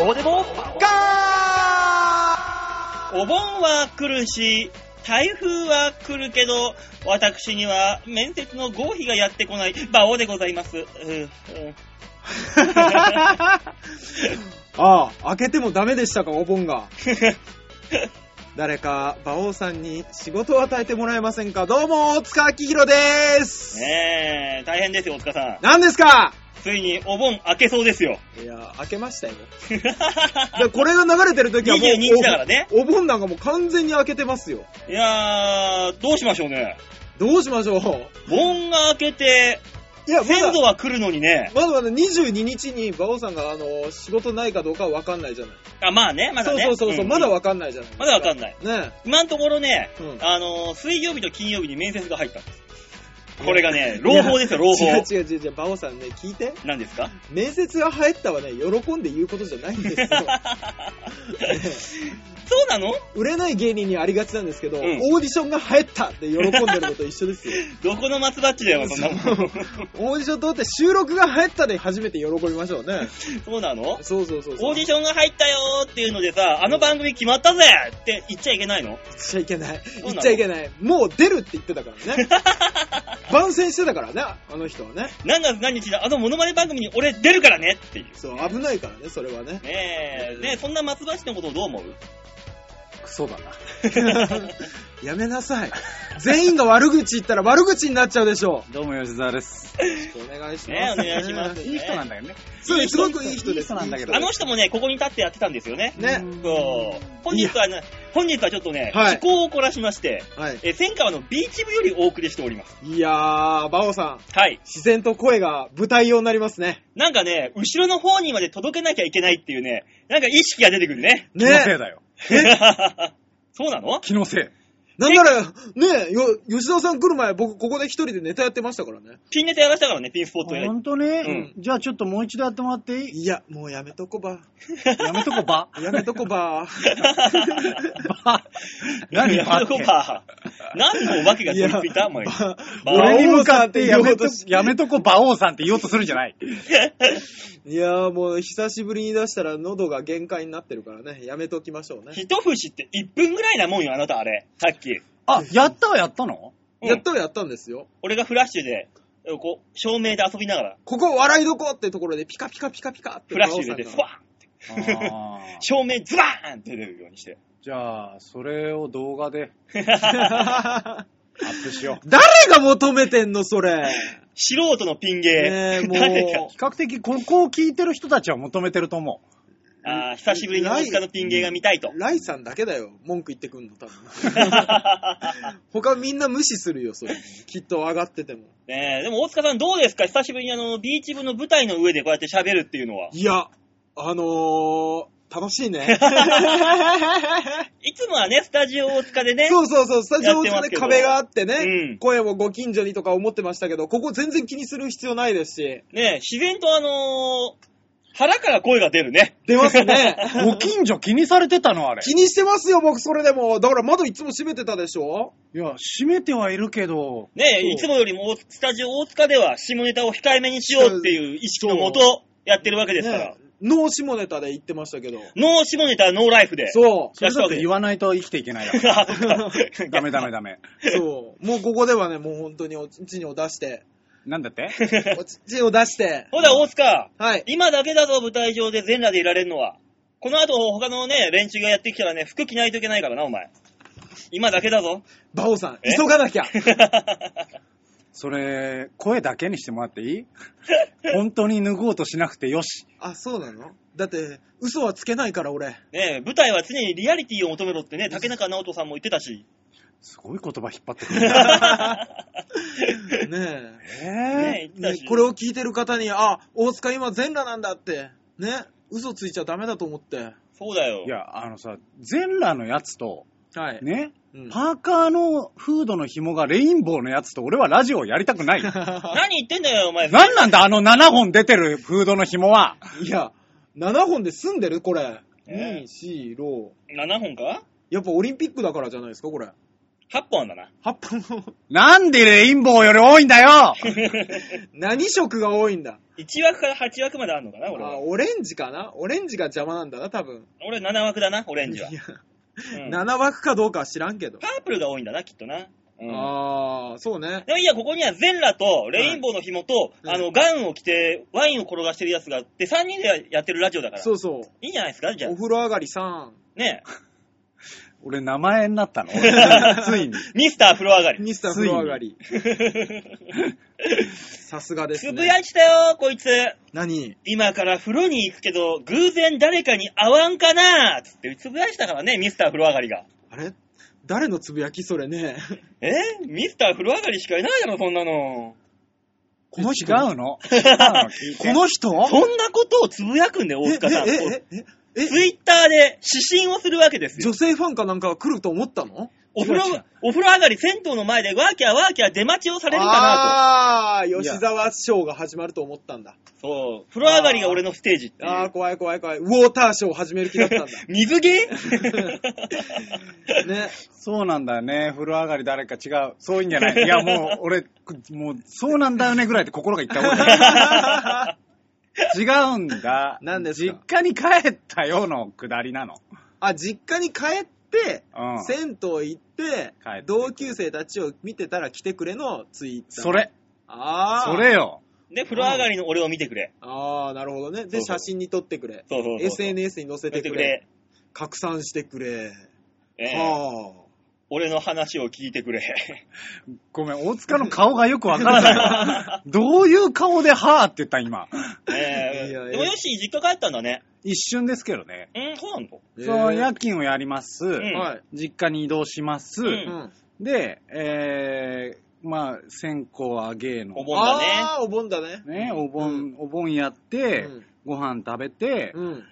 こうでもガー。 お盆は来るし、台風は来るけど、私には面接の合否がやってこない馬王でございます。 ああ、開けてもダメでしたか、お盆が。誰か馬王さんに仕事を与えてもらえませんか。どうも、大塚明宏でーす。 ねえ、大変ですよ、大塚さん。 何ですか。 ついにお盆明けそうですよ。 いや、開けましたよ。でこれが流れてる時はもう 22日だからね。 お盆なんかもう完全に開けてますよ。 いやー、どうしましょうね。 どうしましょう。 盆が明けて、 いや、 先祖は来るのにね。 まだ22日に馬王さんが仕事ないかどうかは分かんないじゃない。 あ、まあね、まだね。 そう、まだ分かんないじゃないですか。 まだ分かんない。 ね。 今のところね、水曜日と金曜日に面接が入ったんです。これがね、朗報ですよ、朗報。 違う、馬王さんね、聞いて。 何ですか？ 面接が入ったはね、喜んで言うことじゃないんですよ。 そうなの？ 売れない芸人にありがちなんですけど、 オーディションが入ったって喜んでるのと一緒ですよ。 どこの松バッチだよ、そんなもん。 オーディション通って収録が入ったで初めて喜びましょうね。 そうなの？ そう。 オーディションが入ったよーっていうのでさ、あの番組決まったぜって言っちゃいけないの？ 言っちゃいけない。もう出るって言ってたからね。番宣してたからね、あの人はね。 何月何日だ、あのモノマネ番組に俺出るからねっていう。 そう、危ないからね、それはね。 ねえ、そんな松橋のことをどう思う？ クソだな。 やめなさい。全員が悪口言ったら悪口になっちゃうでしょう。 どうも吉沢です。 よろしくお願いします。 ね、お願いします。 いい人なんだよね。 そう、すごくいい人です。 いい人なんだけど。 あの人もね、ここに立ってやってたんですよね。 ね。 そう。本日はちょっとね、 はい、 趣向を凝らしまして、 はい、 千川のビーチ部よりお送りしております。 いやー、バオさん。 はい。 自然と声が舞台用になりますね。 なんかね、後ろの方にまで届けなきゃいけないっていうね、なんか意識が出てくるね。 気のせいだよ。 そうなの？ 気のせい。 なんなら、ね吉田さん来る前、僕ここで一人でネタやってましたからね。 ピンネタやらしたからね、ピンスポットやり。 ほんとね、じゃあちょっともう一度やってもらっていい？ いや、もうやめとこば。 やめとこば。 やめとこば。 何やめとこば。何のお化けが取り付いた？お前。 俺に向かってやめとこば王さんって言おうとするんじゃない。 いやーもう久しぶりに出したら喉が限界になってるからね。やめときましょうね。 一節って1分ぐらいなもんよ、あなたあれ。さっき。 あ、やったの？ やったんですよ。 俺がフラッシュで、こう、照明で遊びながら。 ここ笑いどこってところでピカピカって。 フラッシュ入れて、スワーンって。照明ズバーンって出るようにして。 じゃあ、それを動画で。アップしよう。 誰が求めてんの、それ。 素人のピン芸。 もう。 比較的ここを聞いてる人たちは求めてると思う。 久しぶりに大塚のピン芸が見たいと。 ライさんだけだよ、文句言ってくんの、多分。他みんな無視するよ、それ。きっと上がってても。 でも大塚さんどうですか？久しぶりにビーチ部の舞台の上でこうやって喋るっていうのは。 いや、楽しいね。 いつもはね、スタジオ大塚でね。 そう、スタジオ大塚で壁があってね、声もご近所にとか思ってましたけど、ここ全然気にする必要ないですし。 ね、自然と腹から声が出るね。 出ますね。 ご近所気にされてたのあれ。 気にしてますよ、僕それでも。だから窓いつも閉めてたでしょ？ いや、閉めてはいるけど。 ね、いつもよりもスタジオ大塚では下ネタを控えめにしようっていう意識のもとやってるわけですから。 ノー下ネタで言ってましたけど。 ノー下ネタ、ノーライフで。 そう。 それだって言わないと生きていけないだから。ダメ。 そう。もうここではね、もう本当におちにを出して。 なんだって？ おちを出して。 ほら、大塚。 はい。 今だけだぞ、舞台上で全裸でいられるのは。この後、他のね、連中がやってきたらね、服着ないといけないからな、お前。今だけだぞ。 バオさん、急がなきゃ。 それ、声だけにしてもらっていい？本当に脱ごうとしなくてよし。 あ、そうなの？だって、嘘はつけないから、俺。 ねえ、舞台は常にリアリティを求めろってね、竹中直人さんも言ってたし。 すごい言葉引っ張ってくる。 ねえ。 これを聞いてる方に、あ、大塚今全裸なんだって、ね、嘘ついちゃダメだと思って。 そうだよ。 いや、全裸のやつと、 はい。 ね、パーカーのフードの紐がレインボーのやつと俺はラジオをやりたくない。 何言ってんだよ、お前。 何なんだ、7本出てるフードの紐は。 いや、7本で済んでるこれ。2、4、6。 7本か？ やっぱオリンピックだからじゃないですか、これ。 8本あんだな。 8本。 なんでレインボーより多いんだよ何色が多いんだ。 1枠から8枠まであんのかな、俺は。 オレンジかな。オレンジが邪魔なんだな、多分。 俺7枠だな、オレンジは。 いや、 うん 7枠かどうかは知らんけど。 パープルが多いんだな、きっとな。 ああ、そうね。 でもいや、ここにはゼンラとレインボーの紐と、 はいガウンを着てワインを転がしてるやつがあって、3人でやってるラジオだから。 そうそう。 いいんじゃないですか、じゃあお。風呂上がりさん。 ね俺名前になったのついに。 ミスター風呂上がり。 ミスター風呂上がり。さすがですね。 つぶやいてたよ、こいつ。 何？ 今から風呂に行くけど、偶然誰かに会わんかなつってつぶやいてたからね、ミスター風呂上がりが。 あれ誰のつぶやきそれね。 ミスター風呂上がりしかいないだろ、そんなの。 この人違うの聞いてこの人そんなことをつぶやくんで、大塚さん。 えツイッターで指針をするわけですよ。 女性ファンかなんかが来ると思ったの？ お風呂上がり、銭湯の前でワーキャーワーキャー出待ちをされるかなああ、吉沢ショーが始まると思ったんだ。 と。そう。風呂上がりが俺のステージっていう。 ああ、怖い怖い怖い。ウォーターショーを始める気だったんだ。 水着ね。 そうなんだよね。風呂上がり誰か違う。そういうんじゃない。いやもう俺、もうそうなんだよねぐらいで心が言った方がいい。違うんだ。 何ですか？ 実家に帰ったよのくだりなの。 あ、実家に帰って、 うん。 銭湯行って帰って、 同級生たちを見てたら来てくれのツイッター。 それ。 ああ。 それよ。 で、風呂上がりの俺を見てくれ。 ああ、なるほどね。で、 そうそう写真に撮ってくれ。 そうそうそう。 SNS に載せ見てくれ。 てくれ。 拡散してくれ。 ええはあ。 俺の話を聞いてくれ。 ごめん、大塚の顔がよくわからない。どういう顔ではーって言った今。 いやでもよし、実家帰ったんだね。 一瞬ですけどね。 そうなの？ そう、夜勤をやります。 んはい。 実家に移動します。 うんで、まあ、線香あげの。 お盆だね。 ああ、お盆だね。 ね、お盆やって、 うんご飯食べて、 うん。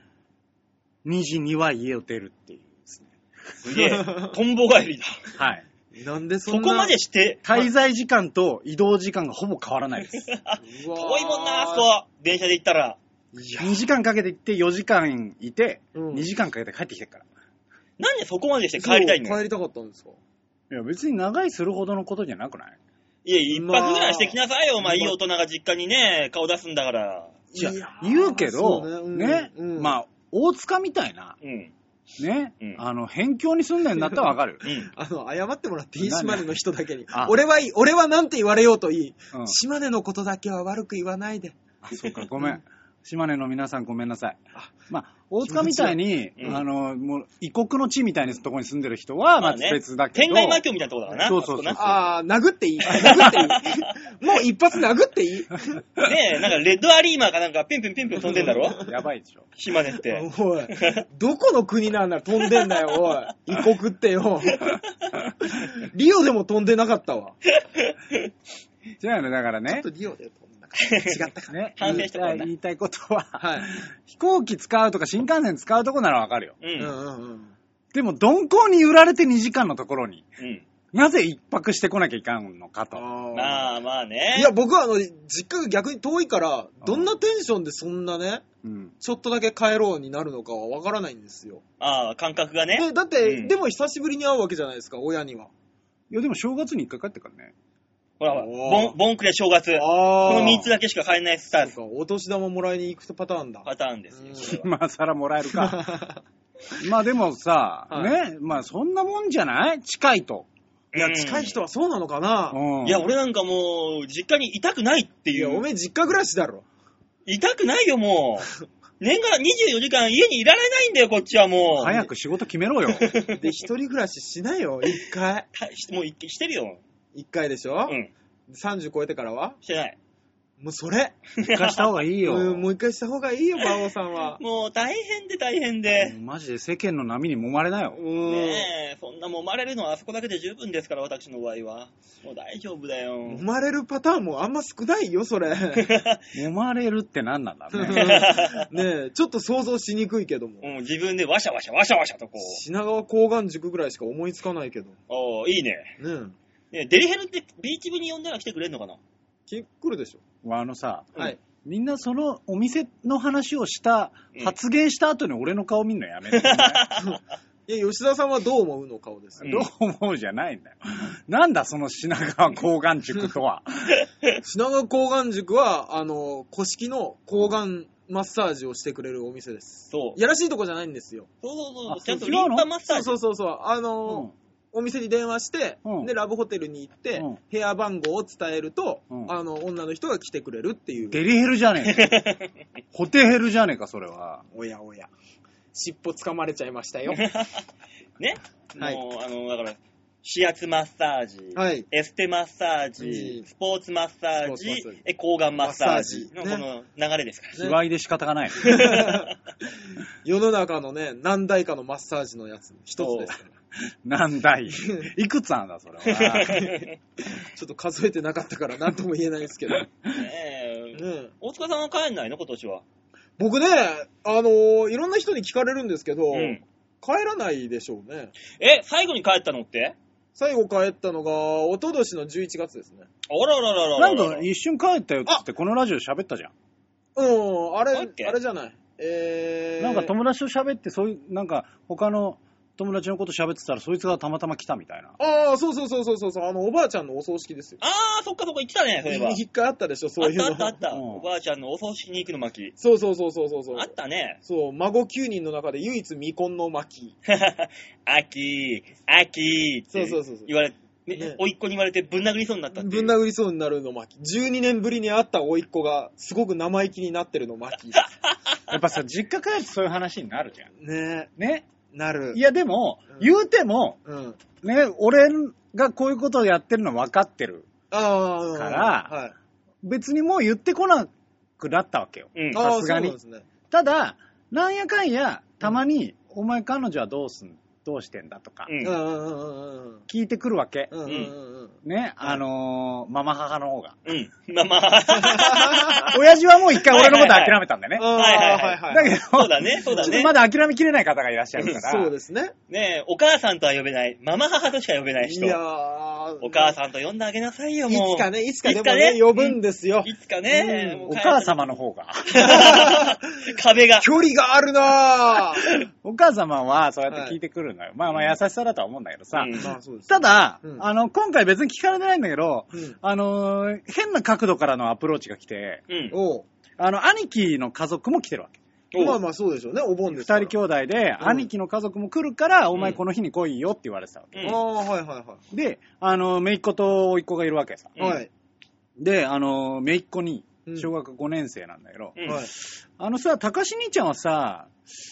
2時には家を出るっていうですね。 すげえ。トンボ帰りだ。 はい。 なんでそんな。 そこまでして、 滞在時間と移動時間がほぼ変わらないです。 うわー遠いもんな、あそこ。電車で行ったら。 2時間かけて行って4時間いて、 うん 2時間かけて帰ってきてるから。 なんでそこまでして帰りたいんだよ。 そう帰りたかったんですか？ いや、別に長居するほどのことじゃなくない？ いや、一泊ぐらいしてきなさいよ、お前。いい大人が実家にね、顔出すんだから。 いやいやー言うけど、 そうね、 うんまあ、大塚みたいな、 うん。 ね、 うん辺境に住んでんだったらわかる。 うん。 謝ってもらっていい？島根の人だけにあ。 俺はなんて言われようといい。 うん島根のことだけは悪く言わないで。 あ、そうか、ごめん。島根の皆さんごめんなさいあ。 まあ、大塚みたいに、 うんもう異国の地みたいなところに住んでる人は、まあ別だけど。 天外魔境みたいなとこだからな。 そうそうそうあそこああ、殴っていい？殴っていい？もう一発殴っていい？ なねえ、なんかレッドアリーマーかなんかピンピンピンピン飛んでんだろやばいでしょ。 島根って。 おい、どこの国なんだ飛んでんだよ、おい。異国ってよ。リオでも飛んでなかったわ。 じゃあね、だからねちょっと、リオで飛んだから違ったか。 ね、 反省したことない言いたいことは、 はい。 飛行機使うとか新幹線使うとこならわかるよ。 う。 うんんうん。 でも、鈍行に揺られて2時間のところに、 うん。 なぜ一泊してこなきゃいかんのかと。 まあまあね。 いや、僕は実家が逆に遠いから、どんなテンションでそんなね、 うん。 ちょっとだけ帰ろうになるのかはわからないんですよ。 ああ、感覚がね。 だって、 うんでも久しぶりに会うわけじゃないですか、親には。 いや、でも正月に一回帰ってからね。 ほら、 おーボンクレ正月。 あこの3つだけしか買えないスタイル。 そうか、お年玉もらいに行くパターンだ。 パターンですよ。それは今更もらえるか。まあでもさ、 はいね、まあそんなもんじゃない近いと。 いや、近い人はそうなのかな。 うん。 いや、俺なんかもう、実家にいたくないっていや、 いう。 おめえ実家暮らしだろ。 いたくないよ、もう。年がら24時間家にいられないんだよ、こっちはもう。 早く仕事決めろよ。 で、一人暮らししないよ、一回。 もうしてるよ。 一回でしょ、 うん。 30超えてからはしてない。 もうそれ。 一回した方がいいよ。 もう一回した方がいいよ、馬王さんは。 もう大変で大変で。 マジで世間の波に揉まれなよ。 ねえ、そんな揉まれるのはあそこだけで十分ですから、私の場合は。もう大丈夫だよ。 生まれるパターンもあんま少ないよ、それ。 揉まれるって何なんだろうね。 ねえ、ちょっと想像しにくいけども。 自分でワシャワシャワシャワシャとこ品川高岩塾ぐらいしか思いつかないけど。 う。おーいいね。 ねねえデリヘルってビーチ部に呼んだら来てくれんのかな？ 来るでしょ。 さ、 うんはい。 みんなそのお店の話をした、 うん発言した後に俺の顔見んのやめて、ね。 いや、吉田さんはどう思うの顔です。 うんどう思うじゃないんだよ。なんだその品川高岩塾とは。 品川高岩塾は、古式の高岩マッサージをしてくれるお店です。 そう。 やらしいとこじゃないんですよ。 そう。 あちゃんと違うのリンパマッサージ。 そう。 うんお店に電話して、 うんで、ラブホテルに行って、 うん部屋番号を伝えると、 うん女の人が来てくれるっていう。 デリヘルじゃねえか。ホテヘルじゃねえか、それは。 おやおや。尻尾掴まれちゃいましたよ。 ね。 はいもう、だから、指圧マッサージ、 はいエステマッサージう、んスポーツマッサースポーツマッサージ、 ジ抗がんマッサージのマッサーこの流れですから。 卑猥で仕方がない。 世の中のね、何台かのマッサージのやつ、一つですから。 なんだい。いくつあんだ、それは。 ちょっと数えてなかったから何とも言えないですけど。 ねえね大塚さんは帰んないの今年は。 僕ね、いろんな人に聞かれるんですけど、 うん。 帰らないでしょうね。 最後に帰ったのって最後帰ったのが、一昨年の11月ですね。 あららららら。 なんか一瞬帰ったよってってこのラジオ喋ったじゃん。 あれだっけじゃない。 なんか友達と喋って、そういう、なんか他の友達のこと喋ってたら、そいつがたまたま来たみたいな。 ああ、そう、おばあちゃんのお葬式ですよ。 あー、そっか言ってたね、そういえば。 一回あったでしょ、そういうの。 あった。 うんおばあちゃんのお葬式に行くの巻。 そう。 あったね。 そう、孫9人の中で唯一未婚の巻。 秋ってそう言われて、 ねおいっ子に言われてぶん殴りそうになったっていう。 ぶん殴りそうになるの巻。12年ぶりに会った甥っ子がすごく生意気になってるの巻。 やっぱさ、実家帰るとそういう話になるじゃん。 ねね。 なる。 いやでも、 うん言うても、 うん。 ね、俺がこういうことをやってるの分かってる。 ああ、 からはい。 別にもう言ってこなくなったわけよ。 うん。 ああ、 さすがにそうなんですね。 ただ、なんやかんや、たまに、お前彼女はどうしてんだとか、 うんうん。 聞いてくるわけ。 うん。 ね、ママ母の方が。 うん。まあ。 親父はもう一回俺のこと諦めたんだよね。 はい。 だけど、 そうだね。 ちょっとまだ諦めきれない方がいらっしゃるから。 そうですね。 ねえ、お母さんとは呼べない。ママ母としか呼べない人。 いやー。 お母さんと呼んであげなさいよ、もう。 いつかでもね、呼ぶんですよ。 いつかね。 お母様の方が。 壁が。 距離があるなぁ。 お母様はそうやって聞いてくるのよ。まあ優しさだとは思うんだけどさ。 うんまあそうです。 ただ、 うん今回別に聞かれてないんだけど、 うん変な角度からのアプローチが来て、 うん。 おう兄貴の家族も来てるわけ。 まあまあそうでしょうね、お盆ですから。 二人兄弟で、 うん兄貴の家族も来るから、お前この日に来いよって言われてたわけ。 うんああ、はいはで、姪っ子と甥っ子がいるわけさ。 いはい。はい。 で、姪っ子にう、ん小学5年生なんだけど、 うんはい。 高志兄ちゃんはさ、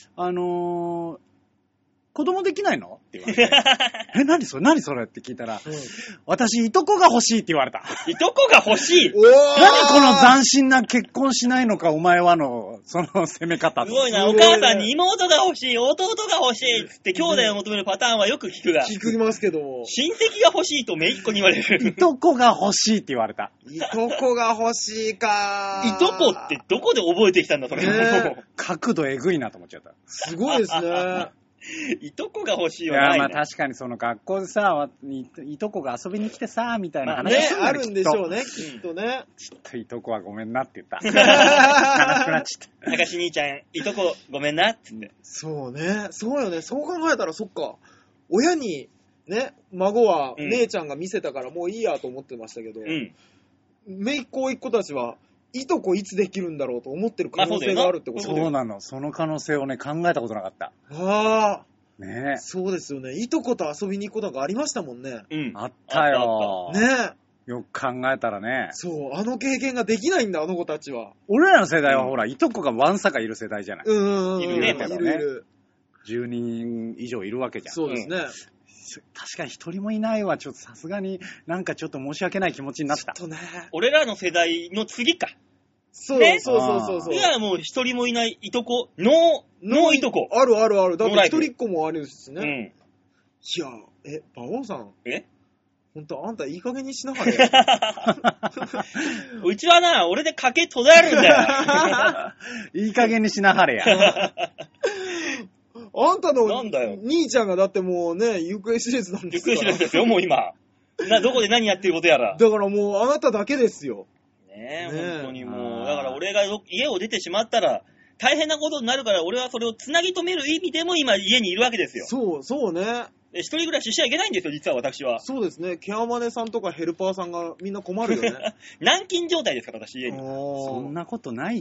子供できないのって言われて。何それって聞いたら、私、いとこが欲しいって言われた。 いとこが欲しい。 おー何この斬新な結婚しないのか、お前はの、その攻め方。 すごいな。 すごいねお母さんに妹が欲しい、弟が欲しいっつって兄弟を求めるパターンはよく聞くが、 聞きますけども。 親戚が欲しいと姪っ子に言われいる。 とこが欲しいって言われた。 いとこが欲しいかいとこってどこで覚えてきたんだ、それ。 ね角度えぐいなと思っちゃった。 すごいですね。 いとこが欲しいいや、 はない、ね。 まあ確かにその学校でさ、いとこが遊びに来てさ、みたいなまあね話をするん、だよあるんでしょうね。 ね、きっとね。 ちょっといとこはごめんなって言った。悲しくなっちゃった。 高志兄ちゃん、いとこごめんなっつって。 そうね。そうよね。そう考えたらそっか。親に、ね、孫はうん姉ちゃんが見せたからもういいやと思ってましたけど、 うん。 姪っ子甥っ子たちは、いとこいつできるんだろうと思ってる可能性があるってことまあそうなの。その可能性をね、考えたことなかった。 ああ、 ねそうですよね。いとこと遊びに行くことがありましたもんね。 うん。 あったよ。 ねよく考えたらね。 そう、あの経験ができないんだ、あの子たちは。 俺らの世代はほら、いとこがわんさかいる世代じゃない。 いるねいるいる。 10人以上いるわけじゃん。 そうですね。 確かに一人もいないわ。ちょっとさすがになんかちょっと申し訳ない気持ちになった。 ちょっとね。 俺らの世代の次か。 そう、 ねそうそうそう。 いや、もう一人もいないいとこ、のいとこ。 あるあるある。だってノーライフ一人っ子もあるしね。 うん。 いや、馬王さん。 えほんと、あんたいい加減にしなはれよ。 うちはな、俺で賭け途絶えるんだよ。 いい加減にしなはれや。 あんたのなんだよ兄ちゃんがだってもうね、行方知れずなんでゆっすから。 くりしないですよ、もう今。どこで何やってることやら。 だからもうあなただけですよ。 ねえ、 ねえ本当にもう。 あーだから俺が家を出てしまったら、 大変なことになるから、俺はそれをつなぎ止める意味でも今家にいるわけですよ。 そうね。 一人暮らししちゃいけないんですよ、実は私は。 そうですね。ケアマネさんとかヘルパーさんがみんな困るよね。 軟禁状態ですから、私家に。 そんなことないって。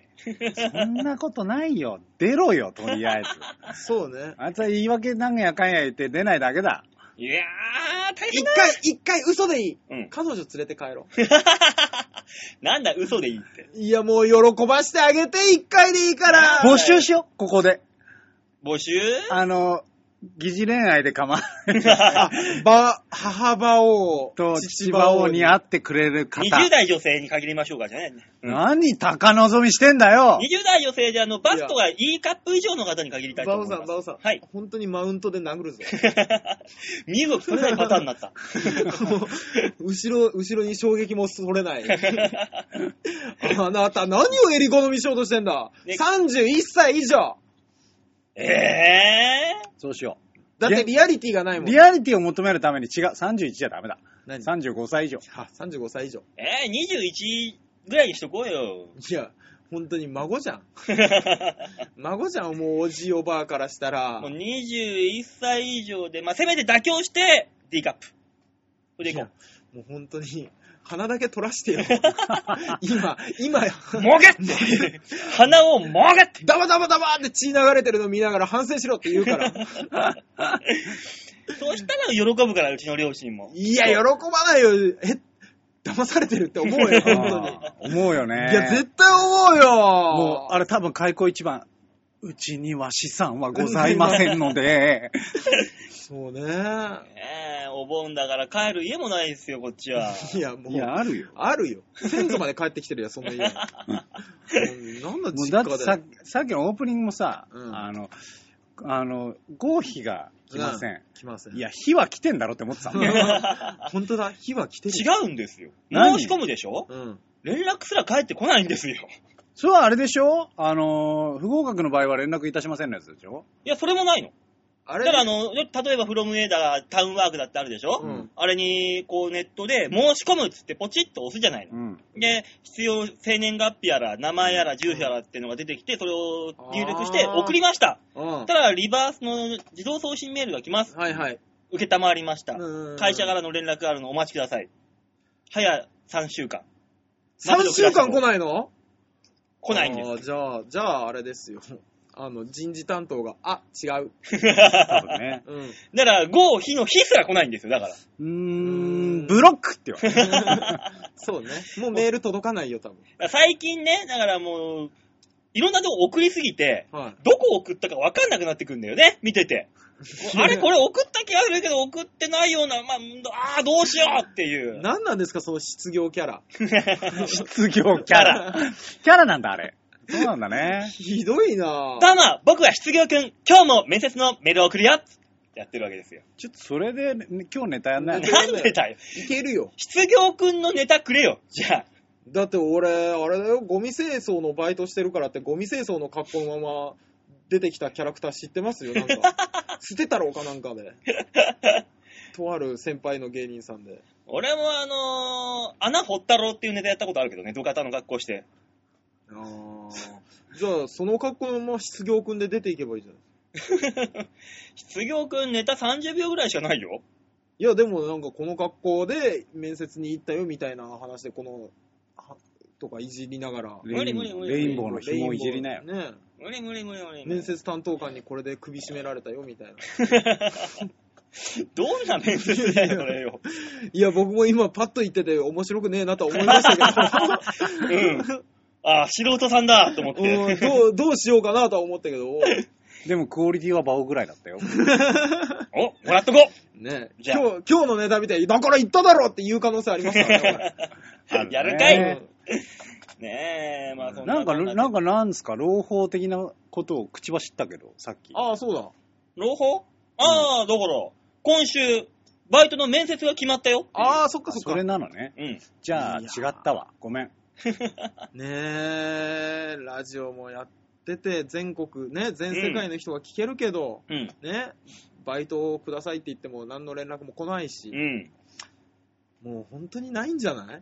そんなことないよ。出ろよ、とりあえず。 そうね。 あいつは言い訳なんやかんや言って出ないだけだ。 いやー、大変一だ。 回嘘でいい。 うん。 彼女連れて帰ろなんだ、嘘でいいって。 う。いや、もう喜ばしてあげて、一回でいいから。 募集しよう、ここで。 募集疑似恋愛で構わない。 母馬王と父馬王に会ってくれる方。 20代女性に限りましょうか、じゃね。 何高望みしてんだよ。 20代女性でバストが E カップ以上の方に限りたいと思います。 バオさん。 はい。 本当にマウントで殴るぞ。 身動き取れないパターンになった。 後ろに衝撃もそれない。あなた何を襟好みしようとしてんだ、ね、31歳以上。 そうしよう。 だってリアリティがないもん。 リアリティを求めるために違う。31じゃダメだ。35歳以上。 35歳以上。 21ぐらいにしとこうよ。 いや、本当に孫じゃん。孫じゃん、もうおじいおばあからしたら。 もう21歳以上で、せめて妥協して、D カップ。それでいこう。もう本当に、鼻だけ取らしてよ。今。 もげって鼻をもげってダバって血流れてるの見ながら反省しろって言うから。 そうしたら喜ぶから、うちの両親も。 いや、喜ばないよ。騙されてるって思うよ、本当に。 思うよね。 いや、絶対思うよ。 もう、あれ多分開口一番。うちには資産はございませんので。 そうね。 お盆だから帰る家もないですよ、こっちは。 いや、もう。 いや、あるよ。 あるよ。先祖まで帰ってきてるよ、そんな家。なんだ実家で。 だってさっきのオープニングもさ、合否が来ません。 来ません。 いや、火は来てんだろって思ってたもんね。 本当だ、火は来てる。 違うんですよ。申し込むでしょ？連絡すら返ってこないんですよ。 それはあれでしょ？不合格の場合は連絡いたしませんのやつでしょ？ いや、それもないの。だから例えばフロムエだ、タウンワークだってあるでしょ？あれに、ネットで申し込むっつってポチッと押すじゃないの。で、必要生年月日やら、名前やら、住所やらっていうのが出てきて、それを入力して送りました。ただ、リバースの自動送信メールが来ます。 はいはい。 受けたまわりました。会社からの連絡があるのお待ちください。早3週間。 3週間来ないの？ 来ないんです。 じゃああれですよ。人事担当が、違う。 そうね。 だから、合否の否すら来ないんですよ、だから。 ブロックって言われる。 そうね。もうメール届かないよ、多分。 最近ね、だからもう、いろんなとこ送りすぎて、どこ送ったか分かんなくなってくんだよね、見てて。あれこれ送った気がするけど送ってないような、どうしようっていう。 何なんですか、その失業キャラ。 失業キャラ。キャラなんだ、あれ。そうなんだね。 ひどいなぁ。 どうも、僕は失業くん、今日も面接のメールを送るよってやってるわけですよ。 ちょっとそれで、今日ネタやんないの？ なんでだよ。 いけるよ。 失業くんのネタくれよ、じゃあ。 だって俺、あれだよ、ゴミ清掃のバイトしてるからって、ゴミ清掃の格好のまま出てきたキャラクター知ってますよ、なんか。捨てたろうかなんかで。とある先輩の芸人さんで。 俺も穴掘ったろうっていうネタやったことあるけどね、土方の格好して。 じゃあ、その格好のまま失業くんで出ていけばいいじゃない失業くんネタ30秒ぐらいしかないよ。 いや、でもなんかこの格好で面接に行ったよみたいな話で、とかいじりながら。 無理。 レインボーの紐をいじりなよ。 ね。 無理。 面接担当官にこれで首絞められたよみたいな。 どんな面接だよ、それよ。 いや、僕も今パッと言ってて面白くねえなとは思いましたけど。 素人さんだと思って。 どうしようかなとは思ったけど。 でもクオリティはバオぐらいだったよ。 もらっとこうね。今日のネタ見て、だから言っただろって言う可能性ありますからね。 やるかいねえ、そんな。 なんですか、朗報的なことを口走ったけど、さっき。 そうだ。 朗報？だから、今週、バイトの面接が決まったよ。 そっか。 それなのね。じゃあ、違ったわ。ごめん。 ねえ、ラジオもやってて、全国ね、全世界の人が聞けるけど、ね、バイトをくださいって言っても何の連絡も来ないし、もう本当にないんじゃない？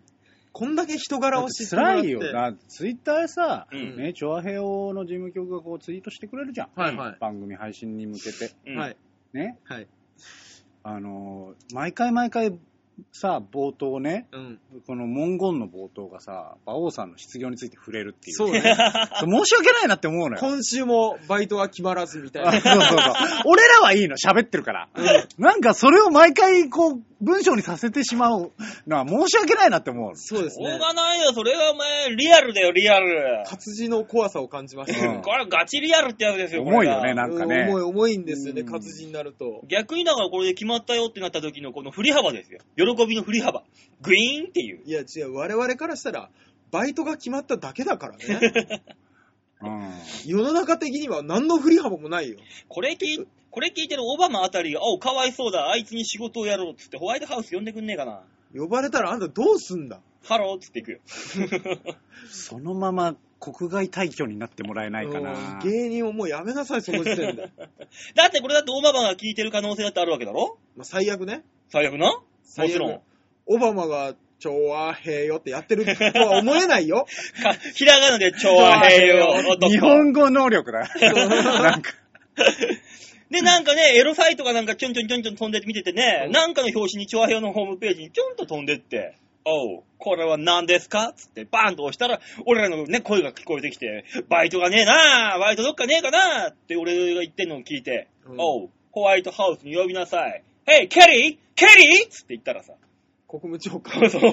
こんだけ人柄を知ってもらって。 辛いよな。ツイッターでさ、 うんね、チョアヘオの事務局がこうツイートしてくれるじゃん。 はいはい。 番組配信に向けて。 はい。 ね。 はい。 毎回さ、冒頭ね、 うん、 この文言の冒頭がさ、馬王さんの失業について触れるっていう。 そうね。 申し訳ないなって思うのよ。 今週もバイトは決まらずみたいな。 そう。俺らはいいの、喋ってるから。なんかそれを毎回こう、文章にさせてしまうのは申し訳ないなって思う。 そうですね。 しょうがないよ、それはお前、リアルだよ、リアル。 活字の怖さを感じましたね。 これガチリアルってやつですよ、 重いよね、なんかね。 重いんですよね、活字になると。 逆にだからこれで決まったよってなった時のこの振り幅ですよ。喜びの振り幅。グイーンっていう。 いや違う、我々からしたら、バイトが決まっただけだからね。世の中的には何の振り幅もないよ。 これ聞いてるオバマあたりが、かわいそうだ、あいつに仕事をやろうっつってホワイトハウス呼んでくんねえかな。 呼ばれたらあんたどうすんだ。 ハローっつって行くよ。 そのまま国外退去になってもらえないかな。 芸人をもうやめなさい、その時点で。 だってこれだってオバマが聞いてる可能性だってあるわけだろ。 まあ、最悪ね。 最悪な。もちろん。 オバマがチョアヘヨってやってるとは思えないよ。 ひらがなでチョアヘヨ。 日本語能力だ。なんか。 で、なんかね、エロサイトがなんかちょんちょん飛んでって見ててね、なんかの表紙にチョアヘヨのホームページにちょんと飛んでって、これは何ですかつってバーンと押したら、俺らのね、声が聞こえてきて、バイトがねえなバイトどっかねえかなって俺が言ってんのを聞いて、ホワイトハウスに呼びなさい。Hey, ケリーつって言ったらさ、 国務長官。そう。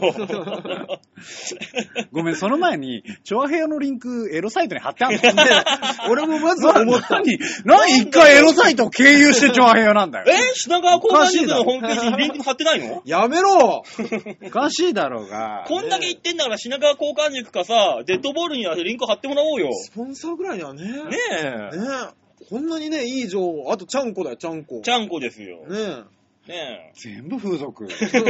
ごめん、その前に、チョアヘヨのリンク、エロサイトに貼ってあるの俺もまずは思った。 何一回エロサイトを経由してチョアヘヨなんだよ。 品川交換塾のホームページにリンク貼ってないの？ やめろおかしいだろうが。 こんだけ言ってんだから品川交換塾かさ、デッドボールにはリンク貼ってもらおうよ。 スポンサーぐらいにはね。 ねえ。こんなにね、いい情報。あと、ちゃんこだよ、ちゃんこ。 ちゃんこですよ。 ねえ。 全部風俗。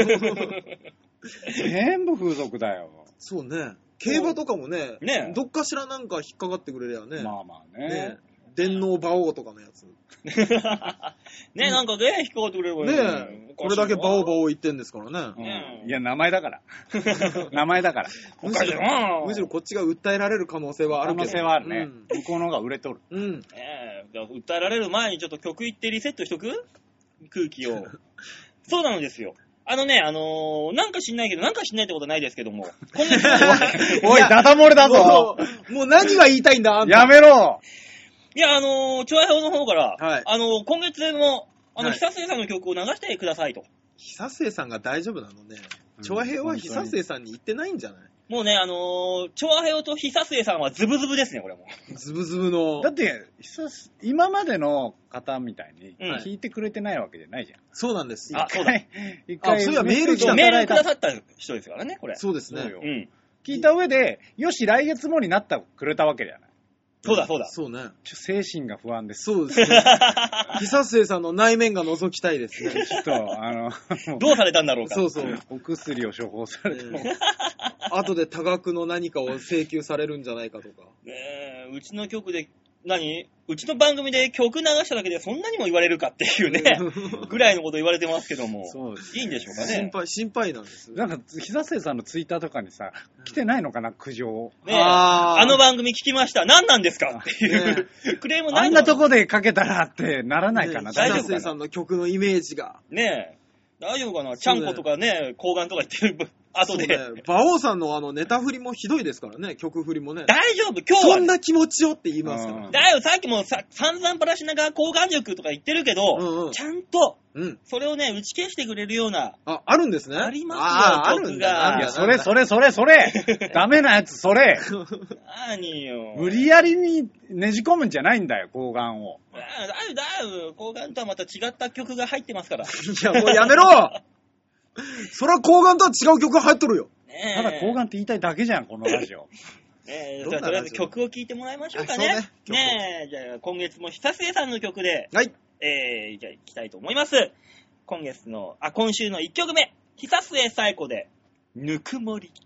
全部風俗だよ。 そうね。競馬とかもね、どっかしらなんか引っかかってくれりゃね。 まあね。 電脳馬王とかのやつ。 ね、なんかね、引っかかってくれればね。これだけ馬王言ってんですからね。いや、名前だから。名前だから。 むしろこっちが訴えられる可能性はあるけど。 可能性はあるね。向こうの方が売れとる。 訴えられる前にちょっと曲言ってリセットしとく？空気を。そうなんですよ。なんか知んないけど、なんか知んないってことはないですけども。 おい、ダダ漏れだぞ。 もう何が言いたいんだ、あんた。 やめろ。 いや、チョアヘオの方から、 はい、 今月の、久末さんの曲を流してくださいと。 久末さんが大丈夫なのね。チョアヘオは久末さんに言ってないんじゃない？ もうね、チョアヘオと久末さんはズブズブですね、これも。 ズブズブの。 だって、今までの方みたいに聞いてくれてないわけじゃないじゃん。 そうなんです。 そうだ。 一回、 そういやメール来た。 メールくださった人ですからね、これ。 そうですね。 聞いた上で、よし、来月もになったくれたわけじゃない。 そうだ。 そうね。 精神が不安です。 そうですね。久末さんの内面が覗きたいですね。 ちょっと、 どうされたんだろうか。 そう。 お薬を処方されても。 後で多額の何かを請求されるんじゃないかとか。 うちの曲で、うちの番組で曲流しただけでそんなにも言われるかっていうね、ぐらいのこと言われてますけども、いいんでしょうかね。 心配なんです。 なんか、久末さんのツイッターとかにさ、来てないのかな、苦情。 あの番組聞きました。何なんですかっていう、クレームないの？ あんなとこでかけたらってならないかな、 大丈夫かな。久末さんの曲のイメージが。 大丈夫かな？ちゃんことかね、睾丸とか言ってる後で。 馬王さんのネタ振りもひどいですからね、曲振りもね。 大丈夫、今日は。 そんな気持ちよって言いますから。 だよ、さっきも散々パラシナが睾丸塾とか言ってるけど、ちゃんと、それをね、打ち消してくれるような。 あるんですね。 ありますよ、曲が。 いや、それダメなやつ、それ何よ。 無理やりにねじ込むんじゃないんだよ、睾丸を。 だよ、睾丸とはまた違った曲が入ってますから。いや、もうやめろそれは睾丸とは違う曲が入っとるよ。 ただ睾丸って言いたいだけじゃん、このラジオ。 じゃあとりあえず曲を聴いてもらいましょうかね。じゃあ今月も久末さんの曲で、 はい。 じゃあ行きたいと思います。今週の1曲目、久末さえ子で、ぬくもり。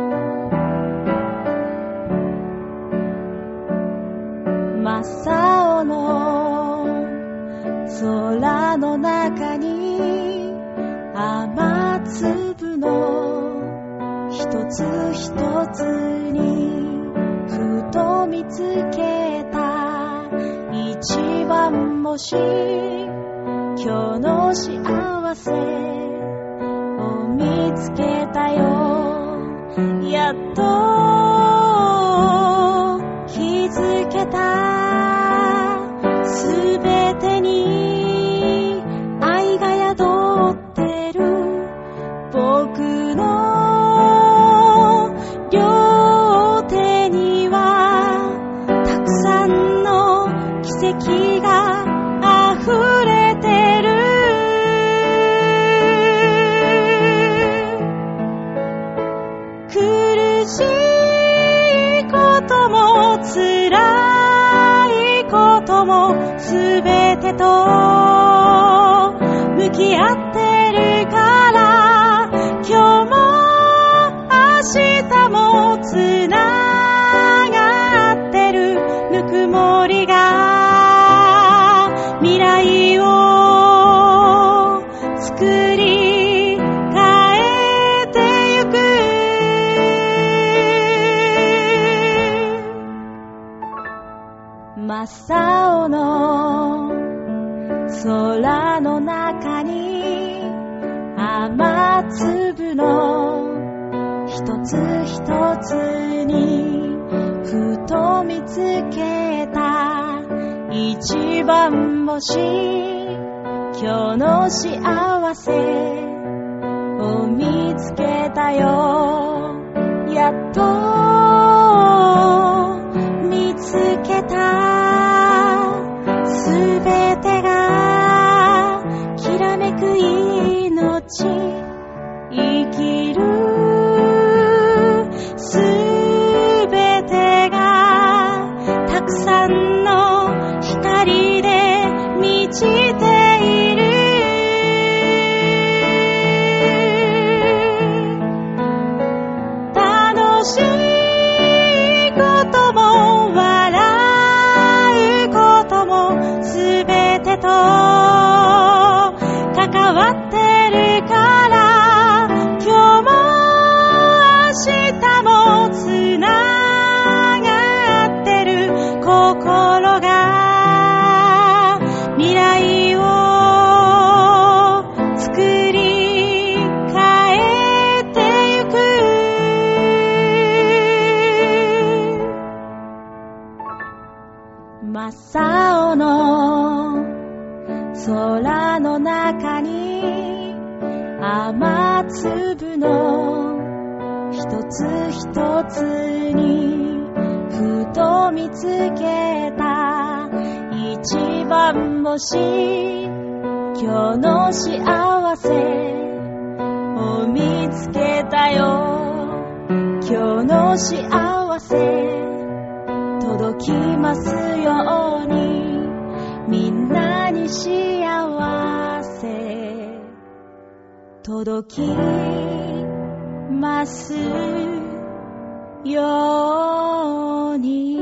真っ青青の空の中に雨粒の一つ一つにふと見つけた一番星、今日の幸せを見つけたよ。やっと気づけた、すべてに愛が宿ってる。僕の両手にはたくさんの奇跡が溢れてる。苦しいことも辛いこともすべてと向き合ってるから、今日も明日もつながってる。ぬくもりが未来を作り変えてゆく。真っ青の空の中に雨粒の一つ一つにふと見つけた一番星、今日の幸せを見つけたよ。やっと見つけた、すべてがきらめく命、生きるすべてがたくさんの光で満ちている。楽しいことも笑うこともすべてと関わってるから、今日も明日もつながってる。心が未来を作り変えてゆく。真っ青の空の中に雨粒の一つ一つにふと見つけた一番星、今日の幸せを見つけたよ。今日の幸せ届きますように、みんなに幸せ届きますように。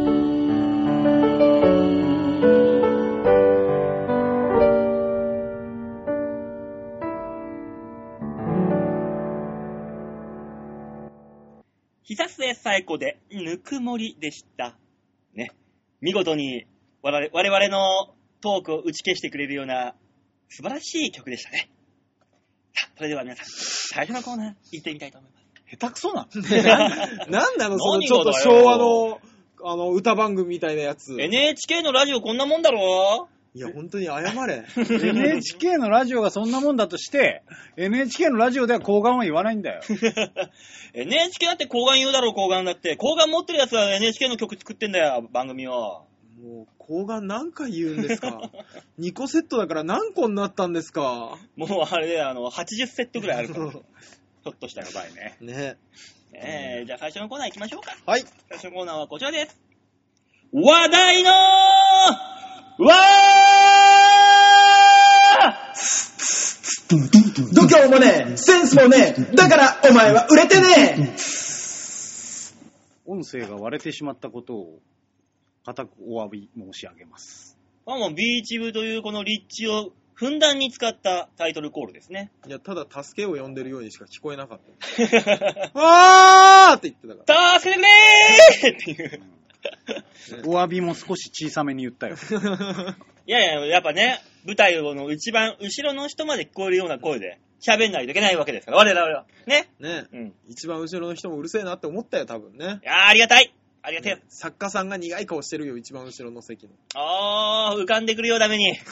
久末紗子でぬくもりでしたね。見事に我々のトークを打ち消してくれるような素晴らしい曲でしたね。さあ、それでは皆さん、最初のコーナー行ってみたいと思います。 下手くそなのなんなのそのちょっと昭和の歌番組みたいなやつ。 NHK のラジオこんなもんだろ。 いや、本当に謝れ。 NHK のラジオがそんなもんだとして、NHK のラジオでは睾丸は言わないんだよ。 NHK だって睾丸言うだろ、睾丸だって。睾丸持ってるやつは NHK の曲作ってんだよ、番組を。 もう、睾丸何回言うんですか。2個セットだから何個になったんですか。 もうあれで、80セットぐらいあるから。ひょっとしたら場合ね。ね。じゃあ最初のコーナー行きましょうか。 はい。 最初のコーナーはこちらです。話題の度胸もねえ、センスもねえ、だからお前は売れてねえ。 音声が割れてしまったことを固くお詫び申し上げます。 もうビーチ部というこの立地をふんだんに使ったタイトルコールですね。 いや、ただ助けを呼んでるようにしか聞こえなかった。わーって言ってたか助けてくれーっていう。 お詫びも少し小さめに言ったよ。 いやいや、やっぱね、舞台の一番後ろの人まで聞こえるような声で喋んないといけないわけですから、我々は。ね。 ね、うん。一番後ろの人もうるせえなって思ったよ、多分ね。 いやー、ありがたい。ありがてえ、 ね。作家さんが苦い顔してるよ、一番後ろの席の。 浮かんでくるよ、ダメに。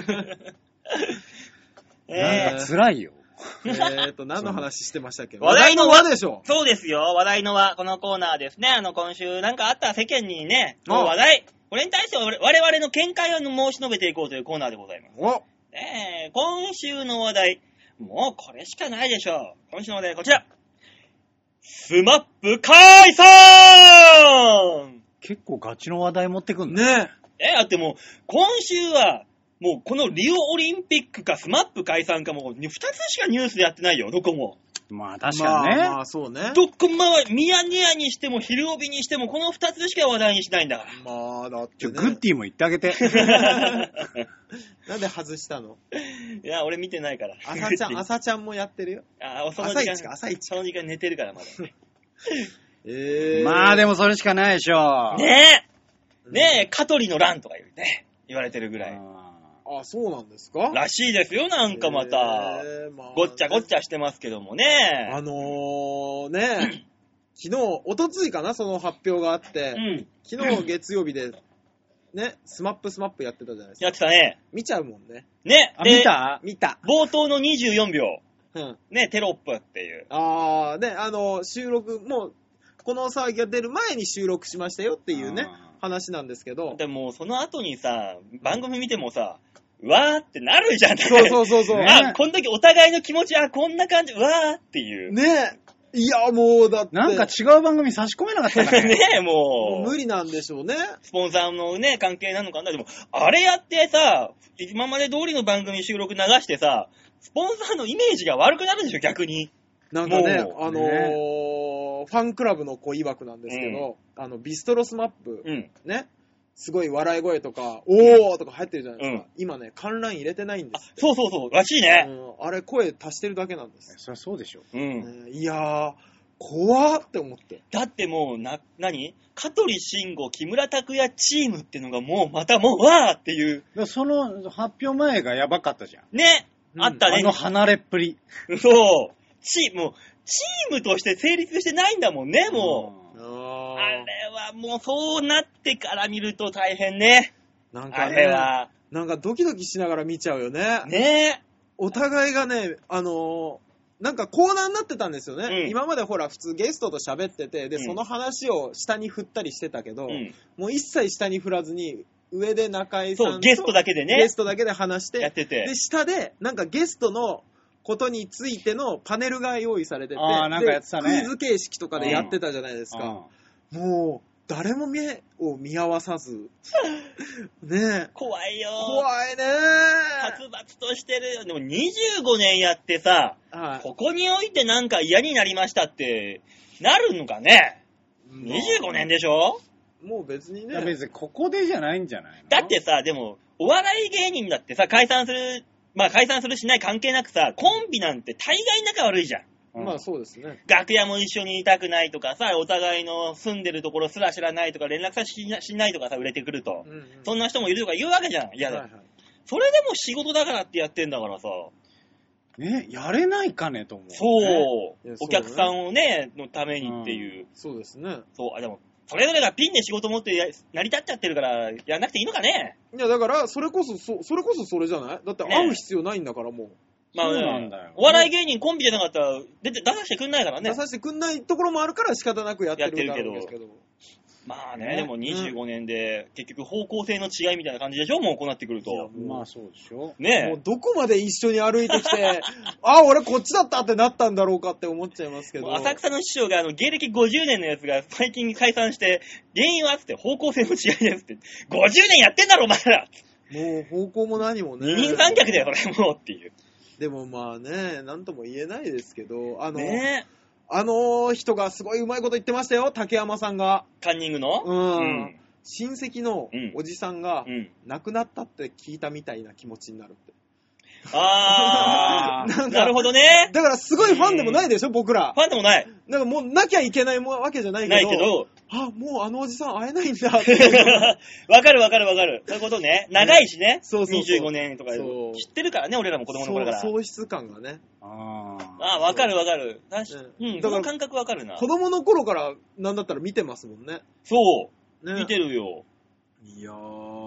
なんか辛いよ。 何の話してましたっけ？ 話題の輪でしょ。 そうですよ、話題の輪。このコーナーですね。今週なんかあった世間にね、話題。これに対して我々の見解を申し述べていこうというコーナーでございます。今週の話題。もうこれしかないでしょう。今週の話題はこちら。スマップ解散！ 結構ガチの話題持ってくんね。 だってもう、今週は、もうこのリオオリンピックかスマップ解散かも2つしかニュースでやってないよ、どこも。 まあ確かにね。 まあそうね。 どこもミヤネ屋にしても昼帯にしてもこの2つしか話題にしないんだから。 まあだって、ね、 グッディも言ってあげて。 なんで外したの？ いや、俺見てないから。 朝ちゃんもやってるよ。 朝一。その時間寝てるからまだ。 まあでもそれしかないでしょ。 ねえ、香取の乱とか言われてるぐらい。 あ、そうなんですからしいですよ、なんかまた。ごっちゃごっちゃしてますけどもね。 ね、おとついかな、その発表があって、昨日月曜日で、ね、スマップやってたじゃないですか。 やってたね。 見ちゃうもんね。 ね。 見た。 冒頭の24秒。ね、テロップっていう。 ね、収録、もう、この騒ぎが出る前に収録しましたよっていうね、話なんですけど。 でも、その後にさ、番組見てもさ、うわーってなるじゃん。 そう。 この時お互いの気持ち、こんな感じ、うわーっていう。 ねえ。いや、もうだって。 なんか違う番組差し込めなかったね。 ねえ、もう無理なんでしょうね。 スポンサーのね、関係なのかな。でも、あれやってさ、今まで通りの番組収録流してさ、スポンサーのイメージが悪くなるんでしょ、逆に。 なんかね、ファンクラブの子曰くなんですけど、ビストロスマップ、ね。すごい笑い声とか、おーとか入ってるじゃないですか。今ね、観覧入れてないんです。 そう、らしいね。 あれ声足してるだけなんです。 そりゃそうでしょ。 いやー、怖ーって思って。 だってもう、香取慎吾、木村拓哉チームっていうのがもうわーっていう。 その発表前がやばかったじゃん。 ね。あったね。 離れっぷり。 そう。チームとして成立してないんだもんね、もう。あれはもうそうなってから見ると大変ね。 なんかね、なんかドキドキしながら見ちゃうよね。 ねえ。 お互いがね、なんかコーナーになってたんですよね。今までほら普通ゲストと喋ってて、で、その話を下に振ったりしてたけど、もう一切下に振らずに、上で中井さんとゲストだけでね。 ゲストだけで話してやってて。 で、下でなんかゲストのことについてのパネルが用意されてて、 なんかやってたね、 クイズ形式とかでやってたじゃないですか。もう、誰も目を見合わさず。ねえ。 怖いよ。 怖いね。 殺伐としてるよ。でも25年やってさ、ここにおいてなんか嫌になりましたって、なるのかね。25年でしょ？ もう別にね。 別にここでじゃないんじゃないの？ だってさ、でも、お笑い芸人だってさ、解散するしない関係なくさ、コンビなんて大概仲悪いじゃん。 まあそうですね。 楽屋も一緒にいたくないとかさ、お互いの住んでるところすら知らないとか、連絡さしないとかさ、売れてくると。そんな人もいるとか言うわけじゃん。嫌だ。それでも仕事だからってやってんだからさ。 ね、やれないかねと思う。 そう。お客さんをね、のためにっていう。 そうですね。 そう。でも、それぞれがピンで仕事持って成り立っちゃってるから、やんなくていいのかね。 いや、だから、それこそそれじゃない？だって会う必要ないんだからもう。 まあ、そうなんだよ。お笑い芸人コンビじゃなかったら出させてくんないからね。 出させてくんないところもあるから仕方なくやってるんですけど。 まあね、でも25年で結局方向性の違いみたいな感じでしょ、もうこうなってくると。 まあそうでしょ。 ねえ。 もうどこまで一緒に歩いてきて、俺こっちだったってなったんだろうかって思っちゃいますけど。 浅草の師匠が芸歴50年のやつが最近解散して、原因はっつって方向性の違いですって。50年やってんだろ、お前ら。 もう方向も何もね。 二人三脚だよ、これもうっていう。 でもまあね、なんとも言えないですけど、 ね、 人がすごい上手いこと言ってましたよ、竹山さんが。 カンニングの？ 親戚のおじさんが亡くなったって聞いたみたいな気持ちになるって。 あー、なるほどね。 だからすごいファンでもないでしょ、僕ら。 ファンでもない。 なんかもうなきゃいけないわけじゃないけど。 ないけど。 あ、もうあのおじさん会えないんだって。 わかる。そういうことね。長いしね。 そう 25年とか知ってるからね、俺らも子供の頃から。 喪失感がね。 ああ、わかる。うん、だから感覚わかるな。 子供の頃からなんだったら見てますもんね。 そう。ね、見てるよ。 いやー。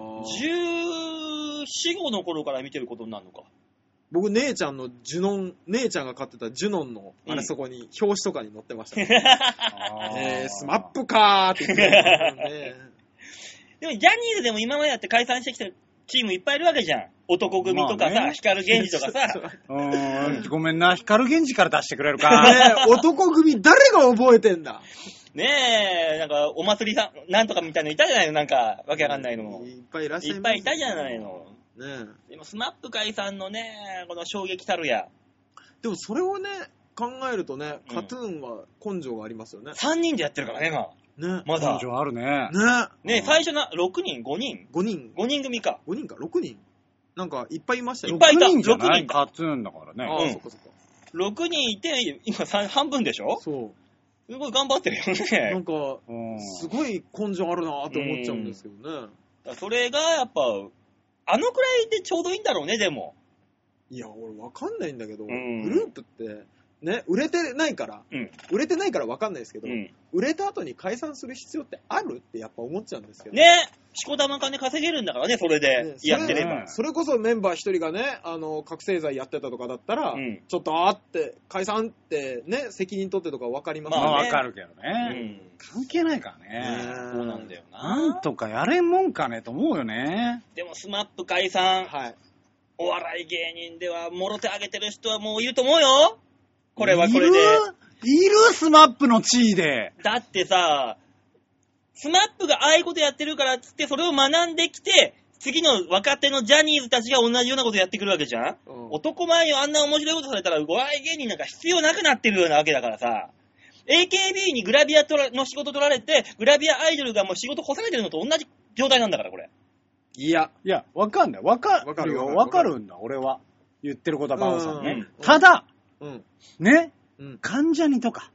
14、15の頃から見てることになるのか。 僕、姉ちゃんが飼ってたジュノンの、そこに、表紙とかに載ってました、ね。スマップかーって言ってたね。 でも、ジャニーズでも今までやって解散してきたチームいっぱいいるわけじゃん。男組とかさ、光源氏とかさ。 ごめんな、光源氏から出してくれるか。 ねえ、男組誰が覚えてんだ。 ねえ、なんか、お祭りさん、なんとかみたいのいたじゃないの、なんか、わけわかんないの。 いっぱいいらっしゃいます。 いっぱいいたじゃないの。 ねでも、スマップ解散のね、この衝撃たるや。 でも、それをね、考えるとね、カトゥーンは根性がありますよね。 3人でやってるからね、今。 ね。 まだ。 根性あるね。 ね、最初な、6人 ?5 人 ?5 人。 5人組か。 5人か ?6 人なんか、いっぱいいましたよ。 いっぱいいた。 6人じゃないカトゥーンだからね。 ああ、そっかそっか。 6人いて、今半分でしょ。 そう。 すごい頑張ってるよね。 なんか、すごい根性あるなって思っちゃうんですけどね。 それがやっぱ、あのくらいでちょうどいいんだろうね、でも。 いや、俺わかんないんだけど、グループって、ね、売れてないから、わかんないですけど、売れた後に解散する必要ってあるってやっぱ思っちゃうんですけど。 ね、しこたま金稼げるんだからね、それでやってれば。 それこそメンバー一人がね、覚醒剤やってたとかだったら、ちょっと解散ってね、責任取ってとかわかりますよね。 まあわかるけどね。関係ないからね。 そうなんだよな。 なんとかやれんもんかねと思うよね。 でもスマップ解散、 はい。 お笑い芸人ではもろ手あげてる人はもういると思うよ。これはこれで。 いるスマップの地位で。 だってさ、スマップがああいうことやってるからっつって、それを学んできて、次の若手のジャニーズたちが同じようなことやってくるわけじゃん、男前よ、あんな面白いことされたら、お笑い芸人なんか必要なくなってるようなわけだからさ、AKB にグラビアの仕事取られて、グラビアアイドルがもう仕事干されてるのと同じ状態なんだから、これ。 いや、 わかんない。わかるよ。わかるんだ、俺は。言ってることはバオさんね。ただ、ね、関ジャニとか、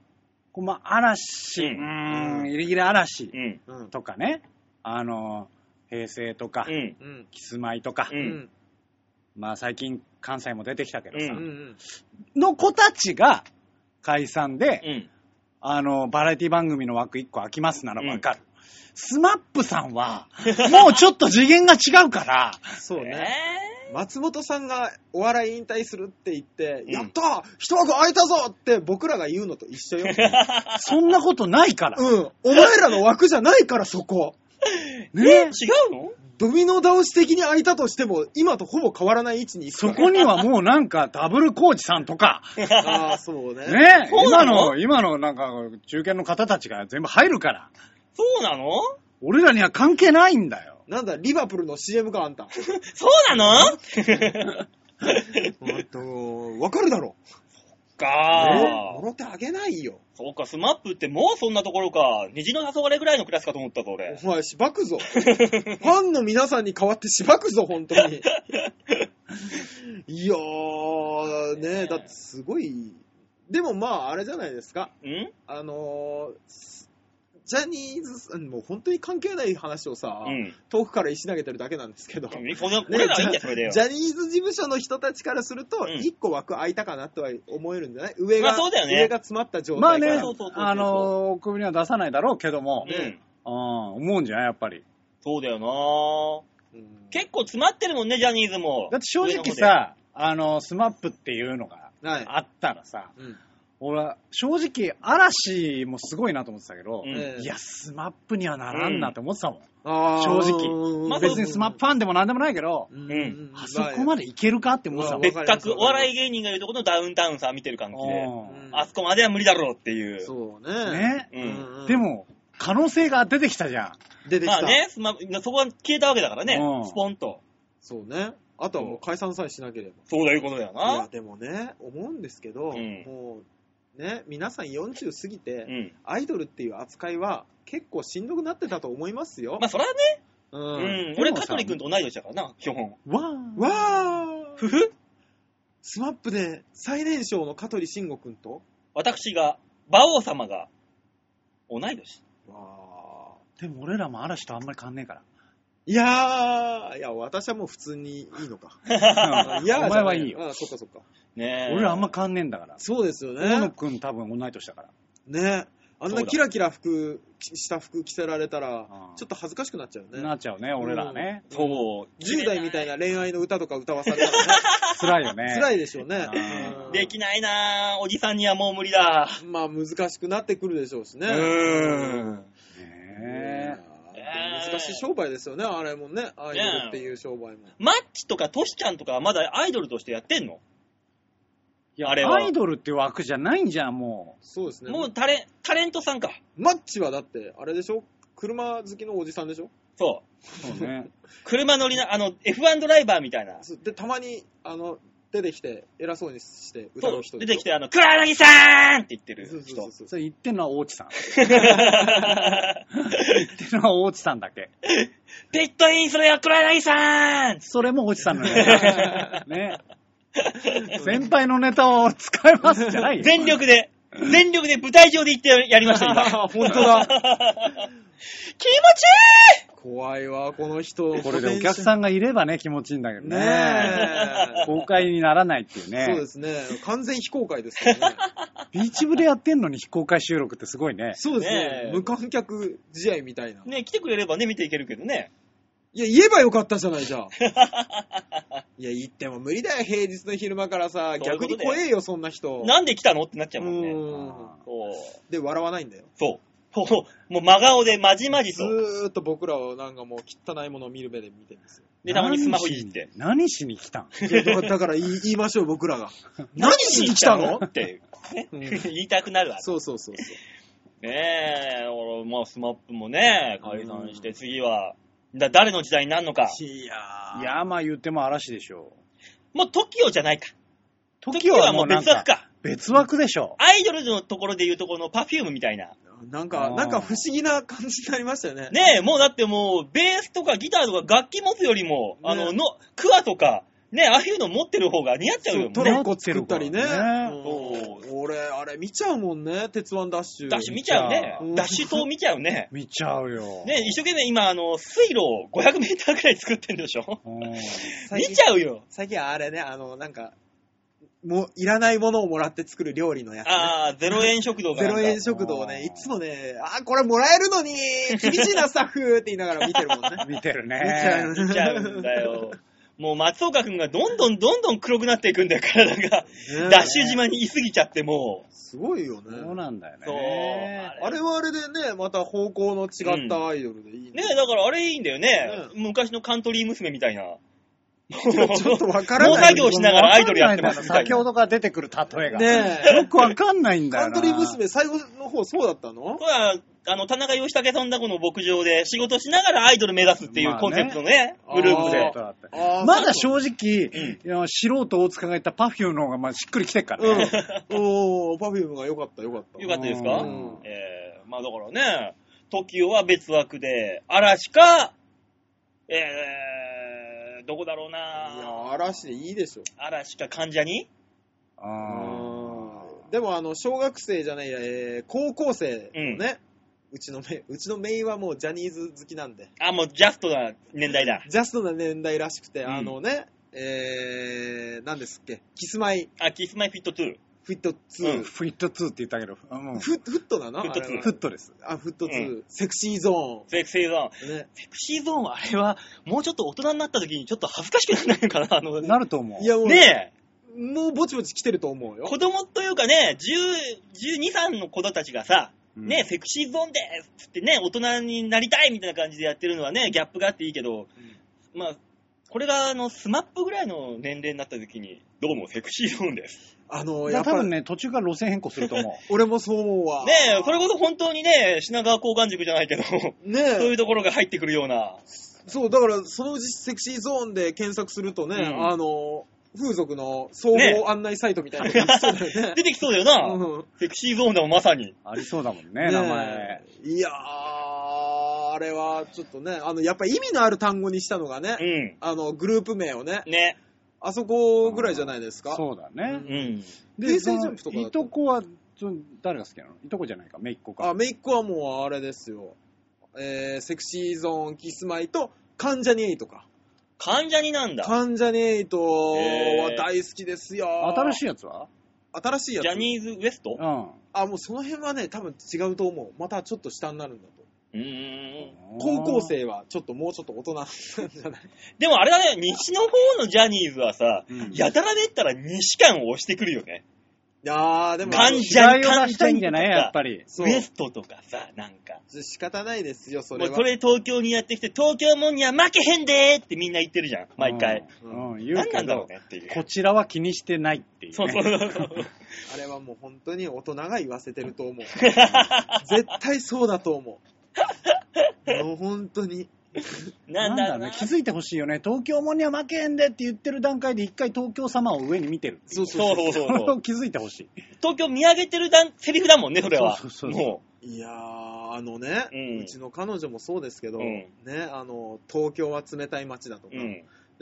嵐、ギリギリ嵐とかね、平成とか、キスマイとか、まあ最近関西も出てきたけどさ、の子たちが解散で、バラエティ番組の枠1個空きますならわかる。スマップさんは、もうちょっと次元が違うから。 そうね。松本さんがお笑い引退するって言って、やったー一枠空いたぞって僕らが言うのと一緒よ。 そんなことないから。 お前らの枠じゃないからそこ。 ね、違うの？ ドミノ倒し的に空いたとしても、今とほぼ変わらない位置に行くから。 そこにはもうなんかダブルコーチさんとか。 ああ、そうね。 ね、今のなんか中堅の方たちが全部入るから。 そうなの？ 俺らには関係ないんだよ。 なんだ、リバプールの CM か、あんた。 そうなの？ わかるだろ。もろ手あげないよ。 そうか、スマップってもうそんなところか。虹の誘われぐらいのクラスかと思ったぞ、俺。 お前、しばくぞ。ファンの皆さんに代わってしばくぞ、本当に。いやー、ね、だってすごい。でもまあ、あれじゃないですか。ジャニーズ、もう本当に関係ない話をさ、遠くから石投げてるだけなんですけど、 俺らはいいんだよ、それでよ。 ジャニーズ事務所の人たちからすると、1個枠空いたかなとは思えるんじゃない？上が詰まった状態から。 まあね、首には出さないだろうけども、思うんじゃないやっぱり。 そうだよな、結構詰まってるもんね、ジャニーズも。 だって正直さ、スマップっていうのがあったらさ、俺は正直嵐もすごいなと思ってたけど、いやスマップにはならんなって思ってたもん、正直。別にスマップファンでもなんでもないけど、あそこまでいけるかって思ってたもん。 別格お笑い芸人がいるところのダウンタウンさん見てる感じで、あそこまでは無理だろうっていう。 そうね。 でも可能性が出てきたじゃん。 出てきた。 まあね、そこは消えたわけだからね、スポンと。 そうね。あとはもう解散さえしなければ。 そういうことだよな。 いやでもね、思うんですけど、もうね、皆さん40過ぎて、アイドルっていう扱いは結構しんどくなってたと思いますよ。 まあそらね、俺香取君と同い年だからな、基本。 わーふふスマップで最年少の香取慎吾君と私が、馬王様が同い年。 でも俺らも嵐とあんまり変わんねえから。 いや私はもう普通にいいのか。 いや、お前はいいよ。 そっかそっか。 ねえ。俺らあんま変わんねえんだから。 そうですよね。 大野くん多分同い年だから。 ねえ。あんなキラキラした服着せられたら、ちょっと恥ずかしくなっちゃうね。 なっちゃうね、俺らね。 そう。 10代みたいな恋愛の歌とか歌わされたらね。 辛いよね。 辛いでしょうね。 できないなぁ。おじさんにはもう無理だ。 まあ難しくなってくるでしょうしね。難しい商売ですよね、あれもね。アイドルっていう商売も。 マッチとかトシちゃんとかはまだアイドルとしてやってんの？ いや、あれはアイドルっていう枠じゃないんじゃん、もう。そうですね。 もうタレントさんか。 マッチはだって、あれでしょ？車好きのおじさんでしょ？ そう。 そうね。 車乗りな、F1 ドライバーみたいな。 で、たまに、出てきて、偉そうにして歌う人出てきて、黒柳さーんって言ってる人。 それ言ってんのは大地さん。言ってるのは大地さんだけ。 ピットインするよ、黒柳さーん。 それも大地さんのね。先輩のネタを使いますじゃないよ。 全力で舞台上で言ってやりました、今。 本当だ。 気持ちいい！ 怖いわ、この人。 これでお客さんがいればね、気持ちいいんだけどね。公開にならないっていうね。 そうですね。完全非公開ですからね。 ビーチ部でやってんのに非公開収録ってすごいね。 そうですね。無観客試合みたいな。 ね、来てくれればね、見ていけるけどね。 いや、言えばよかったじゃない、じゃあ。いや、言っても無理だよ、平日の昼間からさ。逆に怖えよ、そんな人。 なんで来たのってなっちゃうもんね。 で、笑わないんだよ。 そう。もう真顔でまじまじと。 ずーっと僕らをなんかもう汚いものを見る目で見てるんですよ。 で、たまにスマホいじって。 何しに来たん？ いや、だから言いましょう、僕らが。 何しに来たのって、言いたくなるわ。 そう。 ねえ、まあ、スマップもね、解散して、次は、誰の時代になるのか。 いや、まあ言っても嵐でしょう。もう TOKIO じゃないか。 TOKIO はもう別枠か。別枠でしょ。 アイドルのところでいうとこの Perfume みたいな。 なんか不思議な感じになりましたよね。 ねえ、もうだってもう、ベースとかギターとか楽器持つよりも、クワとか、ね、ああいうの持ってる方が似合っちゃうよね。 トロッコ作ったりね。俺、あれ見ちゃうもんね、鉄腕ダッシュ。 ダッシュ見ちゃうね。ダッシュ島見ちゃうね。 見ちゃうよ。 ね、一生懸命今、水路を500メーターくらい作ってんでしょ？見ちゃうよ。 最近あれね、なんか、もういらないものをもらって作る料理のやつ、ね。 0円食堂が。 0円食堂ね、いつもね、これもらえるのに、厳しいな、スタッフって言いながら見てるもんね。 見てるね。 見ちゃうんだよ。もう松岡くんがどんどん黒くなっていくんだよ、体が。ダッシュ島にいすぎちゃってもう。 すごいよね。 そうなんだよね。 そう。 あれはあれでね、また方向の違ったアイドルでいいね。 ね、だからあれいいんだよね。昔のカントリー娘みたいな。 ちょっとわからない。 農作業しながらアイドルやってますみたいな。 先ほどから出てくる例えが。 ねよくわかんないんだよな。 カントリー娘、最後の方そうだったの？ そうだ、田中義武さんだこの牧場で仕事しながらアイドル目指すっていうコンセプトのね、グループで。 まだ正直、素人大塚が言った Perfume の方がしっくりきてっからね。 Perfume が良かった。 良かったですか？まあだからね、TOKIO は別枠で、嵐か、どこだろうな。 いや、嵐でいいでしょ。 嵐か関ジャニ？ でも小学生じゃないや、高校生のね、うちのメインはもうジャニーズ好きなんで。 もうジャストな年代だ。 ジャストな年代らしくて、何ですっけ、キスマイ。 キスマイフィット2。 フィット2。 フィット2って言ったけど。 フットなの？ フット2。 フットです。 フット2。セクシーゾーン。 セクシーゾーン。セクシーゾーンはあれは、もうちょっと大人になった時にちょっと恥ずかしくならないのかな、 なると思う。 いやもう。 ねえ。 もうぼちぼち来てると思うよ。 子供というかね、12、3の子たちがさ、ね、セクシーゾーンですってね、大人になりたいみたいな感じでやってるのはね、ギャップがあっていいけど、まあ、これがスマップぐらいの年齢になった時に、どうもセクシーゾーンです。 多分ね、途中から路線変更すると思う。 俺もそう思うわ。 ねえ、それこそ本当にね、品川交換塾じゃないけど、ねそういうところが入ってくるような。 そう、だからそのうちセクシーゾーンで検索するとね、 風俗の総合案内サイトみたいなのが出てきそうだよね。 出てきそうだよな。セクシーゾーンでもまさに。 ありそうだもんね、名前。 いやー、あれはちょっとね、やっぱ意味のある単語にしたのがね、グループ名をね。 ね。 あそこぐらいじゃないですか。 そうだね。 で、平成ジャンプとかいとこは、誰が好きなの？いとこじゃないか、めいっ子か。 めいっ子はもうあれですよ。セクシーゾーン、キスマイと、関ジャニエイトか。 関ジャニなんだ。 関ジャニエイトは大好きですよ。 新しいやつは？ 新しいやつ。 ジャニーズ WEST？ もうその辺はね、多分違うと思う。またちょっと下になるんだと。高校生はちょっともうちょっと大人なんじゃない？ でもあれだね、西の方のジャニーズはさ、やたらめったら西感を押してくるよね。 いやー、でも関ジャニを出したいんじゃない？やっぱり。 ウエストとかさ、なんか。 仕方ないですよ、それは。 もうそれ東京にやってきて、東京もんには負けへんでーってみんな言ってるじゃん、毎回。 言うけど、 何なんだろうねっていう。 こちらは気にしてないっていう、ね。 そう。 あれはもう本当に大人が言わせてると思う。絶対そうだと思う。もう本当に。 なんだろうね、気づいてほしいよね。東京もんには負けへんでって言ってる段階で一回東京様を上に見てる。 そう。 気づいてほしい。 東京見上げてるセリフだもんね、それは。 そう。 いやー、うちの彼女もそうですけど、ね、東京は冷たい街だとか、ね、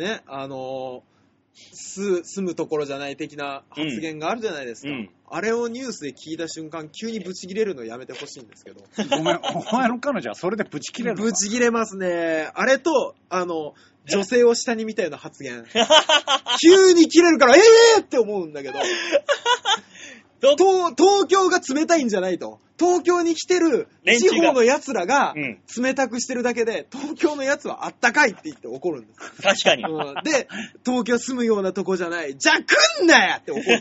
住むところじゃない的な発言があるじゃないですか。あれをニュースで聞いた瞬間、急にブチ切れるのやめてほしいんですけど。 ごめん、お前の彼女はそれでブチ切れるの？ ブチ切れますね。あれと、女性を下に見たような発言。急に切れるから、って思うんだけど。東京が冷たいんじゃないと。東京に来てる地方の奴らが冷たくしてるだけで、東京の奴はあったかいって言って怒るんです。 確かに。 で、東京住むようなとこじゃない。じゃあ来んなやって怒る。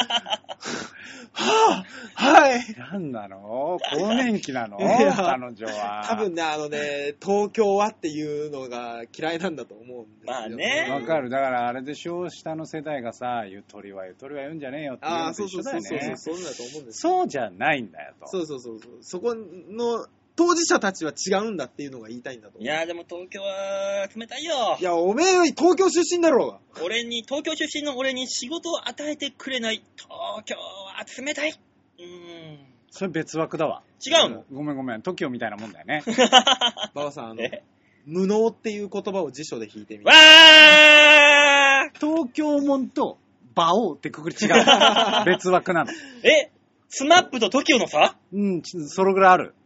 はい。 なんなの？更年期なの？彼女は。 多分ね、東京はっていうのが嫌いなんだと思うんですよ。 まあね。 わかる。だからあれでしょ、下の世代がさ、ゆとりは言うんじゃねえよっていうのと一緒だよね。 そうだと思うんです。 そうじゃないんだよと。 そう。そこの当事者たちは違うんだっていうのが言いたいんだと思う。 いやでも東京は冷たいよ。 いや、おめえ東京出身だろうが。 東京出身の俺に仕事を与えてくれない。東京は冷たい。 それ別枠だわ。 違うの？ ごめん。TOKIO みたいなもんだよね。 馬場さん、無能っていう言葉を辞書で引いてみて。 わー！ 東京もんと馬王ってくくり違う。別枠なの。 スマップと TOKIO の差？ それぐらいある。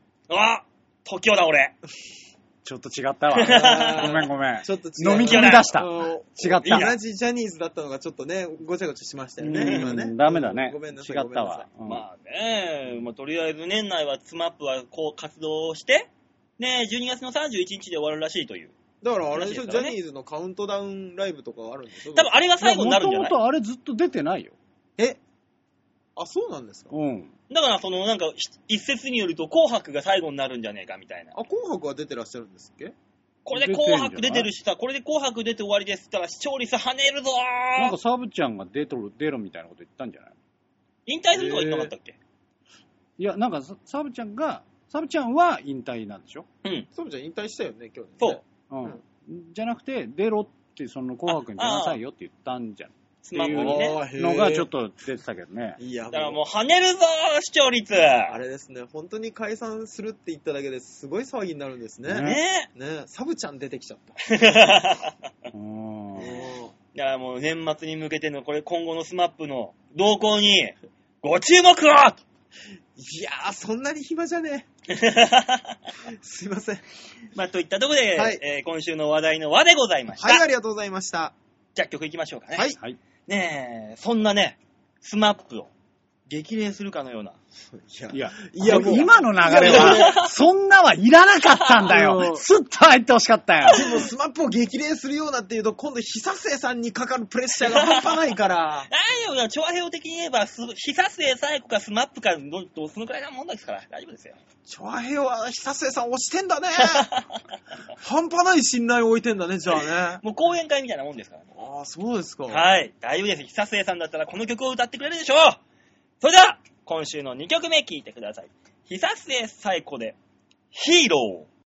TOKIO だ俺。 ちょっと違ったわ。ごめん。 ちょっと違う。 飲み込み出した。違った。 同じジャニーズだったのがちょっとね、ごちゃごちゃしましたよね、今ね。 ダメだね。 ごめんなさい。 違ったわ。 まあね、とりあえず年内はスマップはこう活動して、ね、12月の31日で終わるらしいという。 だからあれでしょ、ジャニーズのカウントダウンライブとかあるんでしょ？ 多分あれが最後になるんじゃない？ もともとあれずっと出てないよ。 そうなんですか？ だからなんか一説によると紅白が最後になるんじゃねえかみたいな。 紅白は出てらっしゃるんですっけ？ これで紅白出てるしさ、これで紅白出て終わりですったら視聴率跳ねるぞー。 なんかサブちゃんが出ろみたいなこと言ったんじゃない？ 引退するとか言ってなかったっけ？ いや、なんかサブちゃんは引退なんでしょ？ サブちゃん引退したよね、今日。 そう。 じゃなくて、出ろって、紅白に出なさいよって言ったんじゃん。 スマホにね。 のがちょっと出てたけどね。 いや、 だからもう跳ねるぞー、視聴率。 あれですね、本当に解散するって言っただけですごい騒ぎになるんですね。 ねサブちゃん出てきちゃった。だからもう年末に向けての今後のスマップの動向にご注目を。 いやー、そんなに暇じゃねえ。すいません。 といったところで、今週の話題の輪でございました。 はい、ありがとうございました。 じゃあ曲いきましょうかね。 はい。 ねえ、そんなね、スマップを激励するかのような。 いや、もう今の流れは、そんなはいらなかったんだよ。スッと入ってほしかったよ。 でもスマップを激励するようなっていうと、今度、久末さんにかかるプレッシャーが半端ないから。 調和表的に言えば、久末最後かスマップか、そのくらいなもんですから、大丈夫ですよ。 調和平は久末さん押してんだね。半端ない信頼を置いてんだね、じゃあね。 もう講演会みたいなもんですからね。 ああ、そうですか。 はい、大丈夫です。久末さんだったらこの曲を歌ってくれるでしょう。それでは、今週の2曲目聴いてください。久末最古でヒーロー。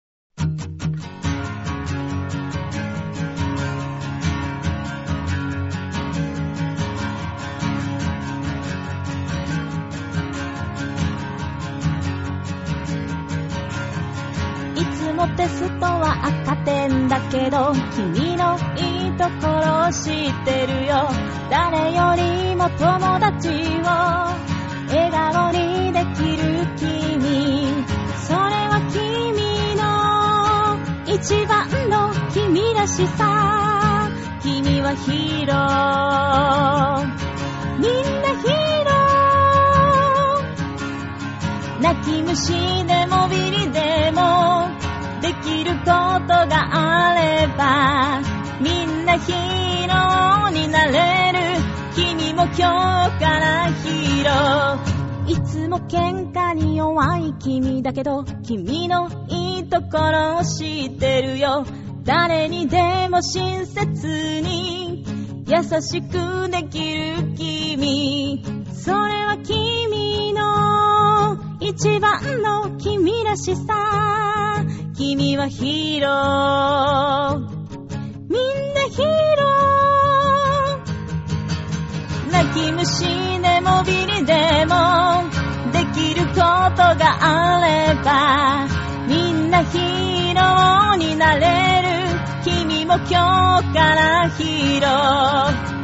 のテストは赤点だけど君のいいところを知ってるよ。誰よりも友達を笑顔にできる君、それは君の一番の君らしさ。君はヒーロー、みんなヒーロー。泣き虫でもビリでもできることがあればみんなヒーローになれる。君も今日からヒーロー。いつも喧嘩に弱い君だけど君のいいところを知ってるよ。誰にでも親切に優しくできる君、それは君の一番の君らしさ。君はヒーロー、みんなヒーロー。泣き虫でもビリでもできることがあればみんなヒーローになれる。君も今日からヒーロー。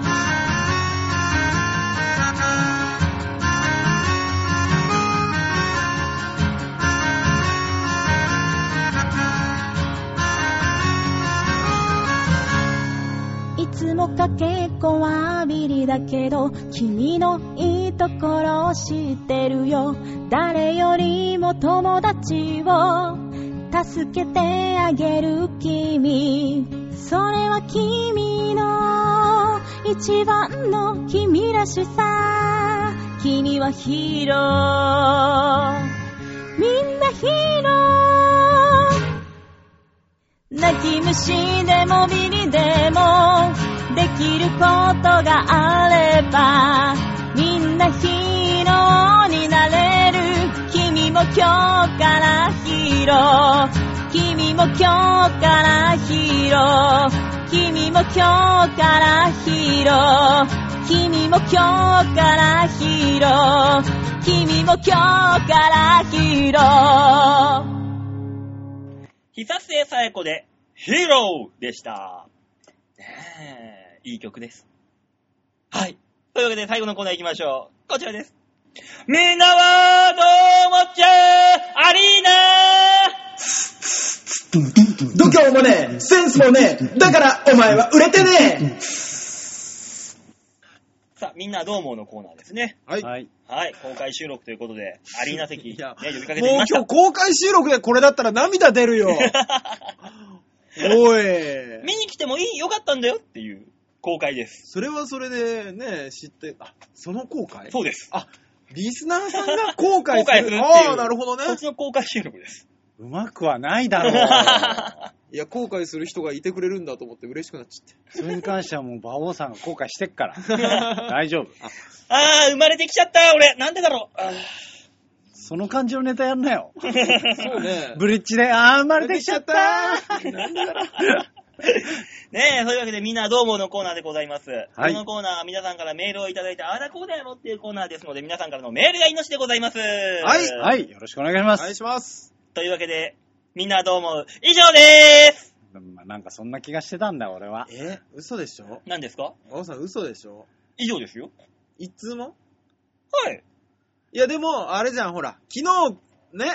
いつもかけっこはビリだけど君のいいところを知ってるよ。誰よりも友達を助けてあげる君、それは君の一番の君らしさ。君はヒーロー、みんなヒーロー。泣き虫でもビリでもできることがあればみんなヒーローになれる。君も今日からヒーロー、君も今日からヒーロー、君も今日からヒーロー、君も今日からヒーロー、君も今日からヒーロー。 久末さえ子でヒーローでした。いい曲です。はい。というわけで最後のコーナー行きましょう。こちらです。みんなはどう思っちゃうアリーナー。 度胸もねえ、センスもねえ、だからお前は売れてねえ。 さあ、みんなどう思うのコーナーですね。 はい。 はい。 はい。公開収録ということで、アリーナ席、ね、 いや呼びかけてみました。 もう今日公開収録でこれだったら涙出るよ。おい。 見に来てもいいよかったんだよっていう公開です。 それはそれでね、知って、あ、その公開？ そうです。 あ、リスナーさんが公開する。 公開するっていう。 ああ、なるほどね。 こっちの公開収録です。 うまくはないだろう。 いや、後悔する人がいてくれるんだと思って嬉しくなっちゃって。 それに関してはもう馬王さんが後悔してっから。大丈夫。 生まれてきちゃった俺。なんでだろう。 その感じのネタやんなよ。 そうね。 ブリッジで、生まれてきちゃったなんでだろう。 ねえ、そういうわけでみんなどう思うのコーナーでございます。 はい、 このコーナーは皆さんからメールをいただいて、あらこうだよっていうコーナーですので、皆さんからのメールが命でございます。 はい。 はい。よろしくお願いします。 お願いします。 というわけで、みんなどう思う以上でーす。 なんかそんな気がしてたんだ、俺は。 嘘でしょ？ 何ですか？ 馬王さん嘘でしょ？ 以上ですよ。 いつも？ はい。 いやでも、あれじゃん、ほら、昨日、ね、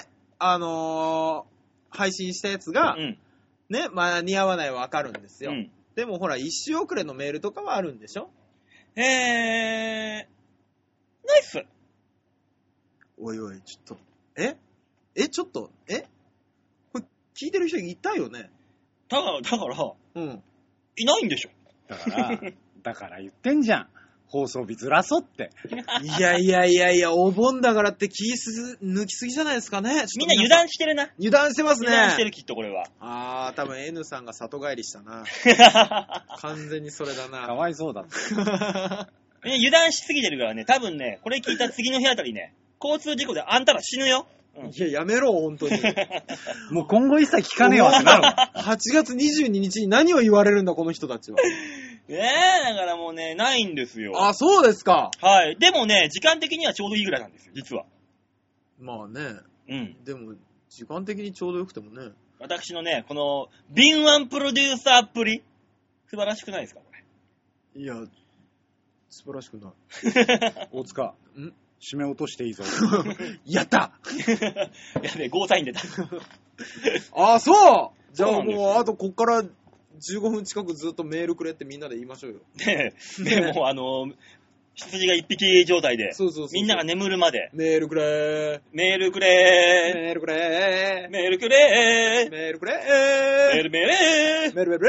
配信したやつが、ね、間に合わないはわかるんですよ。でもほら、一周遅れのメールとかはあるんでしょ？ ナイス。 おいおい、ちょっと、ちょっと、これ、聞いてる人いたよね？ だから、いないんでしょ。 だから言ってんじゃん。放送日ずらそうって。 いや、お盆だからって抜きすぎじゃないですかね。 みんな油断してるな。 油断してますね。 油断してるきっとこれは。 多分 N さんが里帰りしたな。完全にそれだな。 かわいそうだって。 油断しすぎてるからね、多分ね、これ聞いた次の日あたりね、交通事故であんたら死ぬよ。 いや、やめろ、本当に。 もう今後一切聞かねえわってなるわ。 8月22日に何を言われるんだ、この人たちは。 だからもうね、ないんですよ。 あ、そうですか。 はい。でもね、時間的にはちょうどいいぐらいなんですよ、実は。 まあね。 うん。 でも、時間的にちょうどよくてもね。 私のね、この、敏腕プロデューサーっぷり、素晴らしくないですか、これ。 いや、素晴らしくない。 大塚。締め落としていいぞ。 やったやべえ、ゴーサイン出た。 あ、そうじゃあもう、あとこっから15分近くずっとメールくれってみんなで言いましょうよ。 で、もう羊が一匹状態で、 そうみんなが眠るまで、 メールくれメールくれメールくれメールくれメールくれメールメールメールメール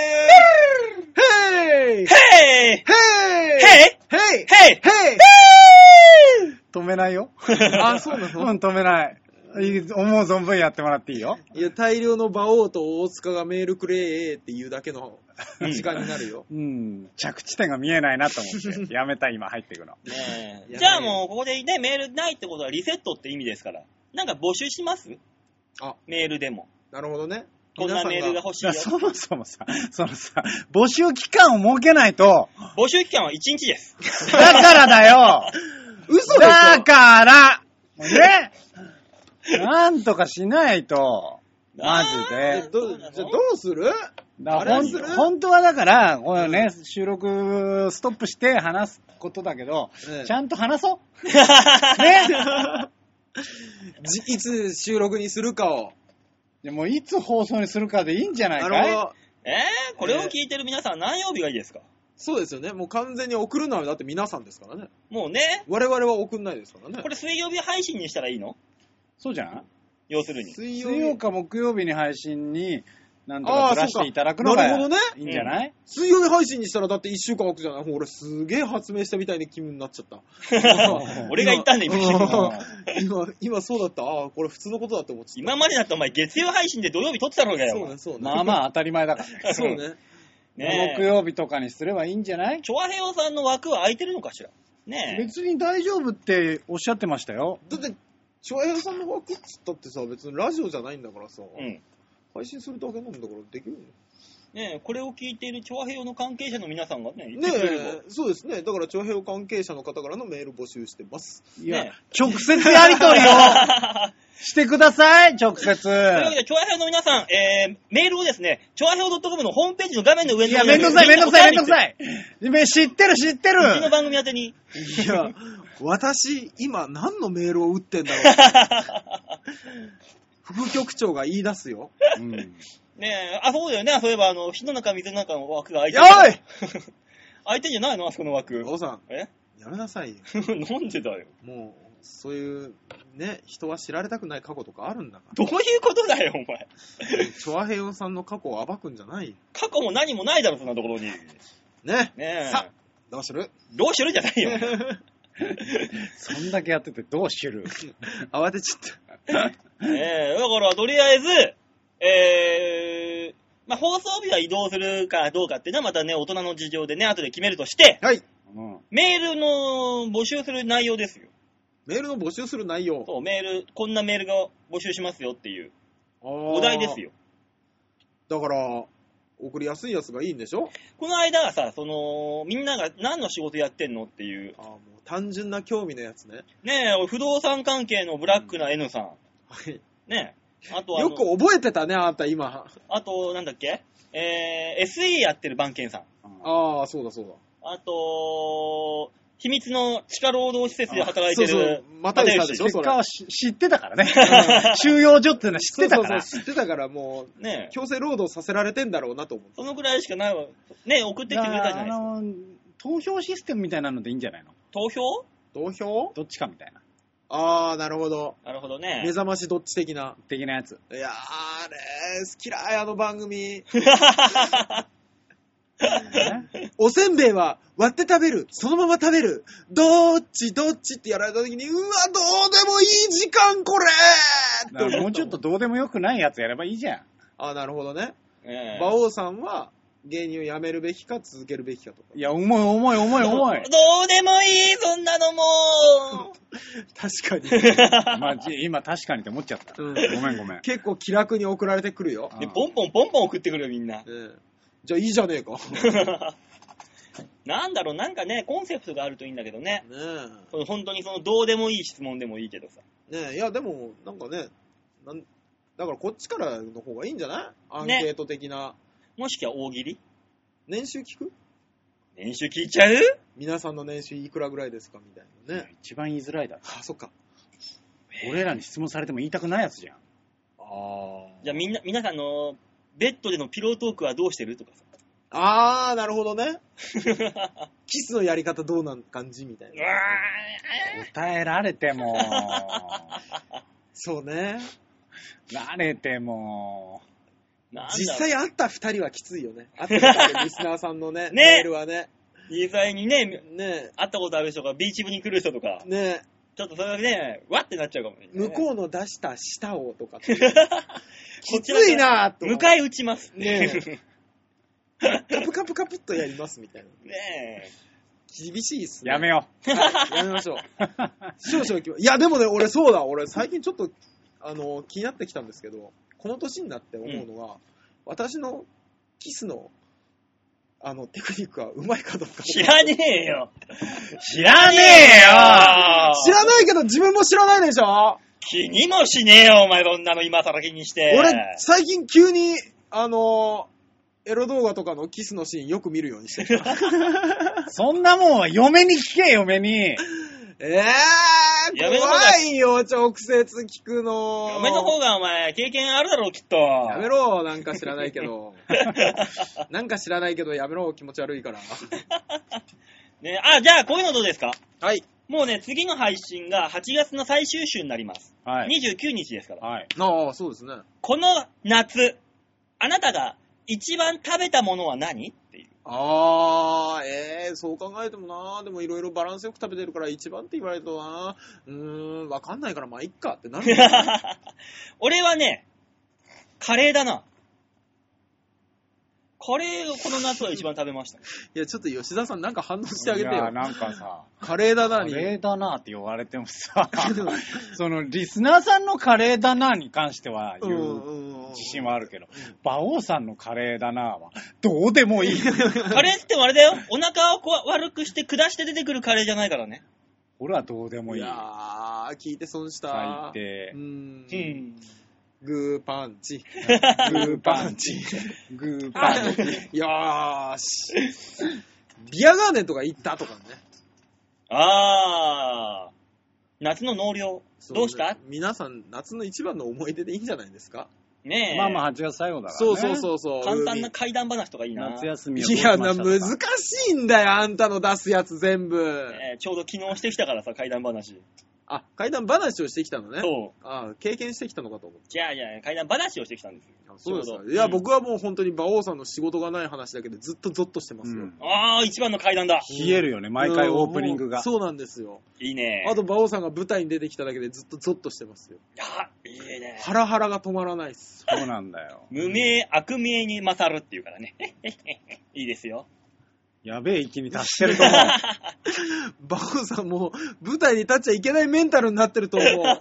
ヘイヘイヘイヘイヘイヘイ止めないよ。 あ、そうなの？ 止めない。思う存分やってもらっていいよ。 いや、大量の馬王と大塚がメールくれっていうだけの時間になるよ。 着地点が見えないなと思って、やめた今入っていくの。 ねえ。じゃあもう、ここでね、メールないってことはリセットって意味ですから。なんか募集します？メールでも。 なるほどね。 こんなメールが欲しいよ。 そもそもさ、募集期間を設けないと。 募集期間は1日です。 だからだよ嘘でしょだからねなんとかしないと。マジで。 じゃあどうする？ 本当はだから、これね、収録ストップして話すことだけど、ちゃんと話そうねいつ収録にするかを。 でもいつ放送にするかでいいんじゃないかい？ なるほど。 これを聞いてる皆さん何曜日がいいですか？ そうですよね。もう完全に送るのはだって皆さんですからね。 もうね。 我々は送んないですからね。 これ水曜日配信にしたらいいの？ そうじゃん？ 要するに。 水曜か木曜日に配信になんとかずらしていただくのがいいんじゃない？ 水曜日配信にしたらだって1週間空くじゃない？俺すげえ発明したみたいな気分になっちゃった。 俺が言ったんだ今そうだった。これ普通のことだって思ってた。 今までだったらお前月曜配信で土曜日撮ってたろうがよ。 そうね。 まあ当たり前だから。 そうね。 木曜日とかにすればいいんじゃない？ チョアヘヨさんの枠は空いてるのかしら？ね別に大丈夫っておっしゃってましたよ。 だってチョアヘヨさんの枠っつったってさ、別にラジオじゃないんだからさ、配信するだけなんだからできるの。 ねえ、これを聞いているチョアヘヨの関係者の皆さんがね、 そうですね。だからチョアヘヨ関係者の方からのメール募集してます。 いや、直接やり取りをしてください、直接。というわけで、チョアヘヨの皆さん、メールをですね、チョアヘヨ .com のホームページの画面の上に。 いや、めんどくさい。知ってる。うちの番組宛てに。 いや、私、今何のメールを打ってんだろう。副局長が言い出すよ。 ねえ、そうだよね。そういえば、火の中、水の中の枠が空いてる。おい空いてんじゃないのあそこの枠。 王さん。やめなさいよ。 なんでだよ。 もう、そういう、ね、人は知られたくない過去とかあるんだから。 どういうことだよ、お前。 チョアヘヨさんの過去を暴くんじゃないよ。 過去も何もないだろ、そんなところに。 ねえ。 さあ、どうするじゃないよ。 そんだけやっててどうする慌てちゃった。 だからとりあえず、放送日は移動するかどうかっていうのはまたね、大人の事情でね、後で決めるとして、 はい。 メールの募集する内容ですよ。 メールの募集する内容。 そう、こんなメールが募集しますよっていう、お題ですよ。 だから、送りやすいやつがいいんでしょ？ この間はさ、みんなが何の仕事やってんのっていう。 もう単純な興味のやつね。 ねえ、不動産関係のブラックな N さん。 はい。 ねえ。あとよく覚えてたね、あんた今。 あと、なんだっけSE やってる番犬さん。 そうだ。 あと、秘密の地下労働施設で働いてる。 またでしょ、 結果は知ってたからね。収容所っていうのは知ってたから。 知ってたからもう、ね、強制労働させられてんだろうなと思って。 そのぐらいしかないわ。ね、送ってきてくれたじゃないですか。 投票システムみたいなのでいいんじゃないの？ 投票どっちかみたいな。 なるほど。 なるほどね。 目覚ましどっち的なやつ。 いやあれ、嫌い、あの番組。おせんべいは割って食べる、そのまま食べる、どっちってやられた時に、うわ、どうでもいい時間これもうちょっとどうでもよくないやつやればいいじゃん。 なるほどね。馬王さんは芸人を辞めるべきか続けるべきかとか。 いや、重い。 どうでもいい、そんなのも確かに。 今確かにって思っちゃった。ごめん。 結構気楽に送られてくるよ。 で、ポンポン送ってくるよ、みんな。 じゃあいいじゃねえか。 なんだろう、なんかね、コンセプトがあるといいんだけどね。本当にどうでもいい質問でもいいけどさ。 いや、でも、なんかね、 だからこっちからの方がいいんじゃない？アンケート的な。 もしくは大喜利？ 年収聞く？ 年収聞いちゃう？ 皆さんの年収いくらぐらいですかみたいなね。 一番言いづらいだろ。 あ、そっか。 俺らに質問されても言いたくないやつじゃん。 じゃあ皆さんのベッドでのピロートークはどうしてるとかさ。 なるほどね。キスのやり方どうなん感じみたいな。 答えられても。 そうね。 慣れても。 実際会った2人はきついよね。会った2人、リスナーさんのね、メールはね。 実際にね、会ったことある人がビーチ部に来る人とか。 ね。 ちょっとそれだけね、わってなっちゃうかもね。 向こうの出した舌をとかって。きついなぁと。 迎え撃ちます。 ねカプカプカプっとやりますみたいな。 ねえ。 厳しいっすね。 やめよう。はい、やめましょう。少々いや、でもね、俺そうだ。俺最近ちょっと、気になってきたんですけど、この年になって思うのが、私のキスの、テクニックはうまいかどうか。 知らねえよ。 知らねえよ。 知らないけど自分も知らないでしょ。 気にもしねえよ、お前そんなの今更気にして。 俺、最近急に、エロ動画とかのキスのシーンよく見るようにしてる。 そんなもんは嫁に聞け、嫁に。 怖いよ、直接聞くの。 嫁の方がお前、経験あるだろう、きっと。 やめろ、なんか知らないけど。なんか知らないけど、やめろ、気持ち悪いから。 ね、じゃあ、こういうのどうですか？ はい。 もうね、次の配信が8月の最終週になります。はい。29日ですから。 はい。 そうですね。 この夏、あなたが一番食べたものは何っていう。 そう考えてもな、でもいろいろバランスよく食べてるから一番って言われるとな、わかんないからまあいっかってなる。 俺はね、カレーだな。カレーをこの夏は一番食べました、ね。 いや、ちょっと吉田さんなんか反応してあげてよ。いや、なんかさ、 カレーだなに。 カレーだなって言われてもさ、そのリスナーさんのカレーだなに関しては言う自信はあるけど、馬王さんのカレーだなはどうでもいい。 カレーってあれだよ。お腹を悪くして下して出てくるカレーじゃないからね。 俺はどうでもいい。 いやー、聞いて損した。 最低。 グーパンチ。グーパンチ。 グーパンチ。 よーし。ビアガーデンとか行ったとかね。 夏の納涼。どうした？ 皆さん、夏の一番の思い出でいいんじゃないですか？ ねえ。 まあ8月最後だからね。 そう。 簡単な怪談話とかいいな。 夏休みをどうしましたか？ いや、難しいんだよ、あんたの出すやつ全部。 ちょうど昨日してきたからさ、怪談話。 怪談話をしてきたのね。 そう。 経験してきたのかと思って。 じゃあ、怪談話をしてきたんですよ。 そうですか。いや、僕はもう本当に馬王さんの仕事がない話だけでずっとゾッとしてますよ。 一番の怪談だ。 冷えるよね、毎回オープニングが。 そうなんですよ。 いいね。 あと馬王さんが舞台に出てきただけでずっとゾッとしてますよ。 いいね。 ハラハラが止まらないっす。 そうなんだよ。 無名、悪名に勝るっていうからね。いいですよ。 やべえ域に達してると思う。 馬王さんも舞台に立っちゃいけないメンタルになってると思う。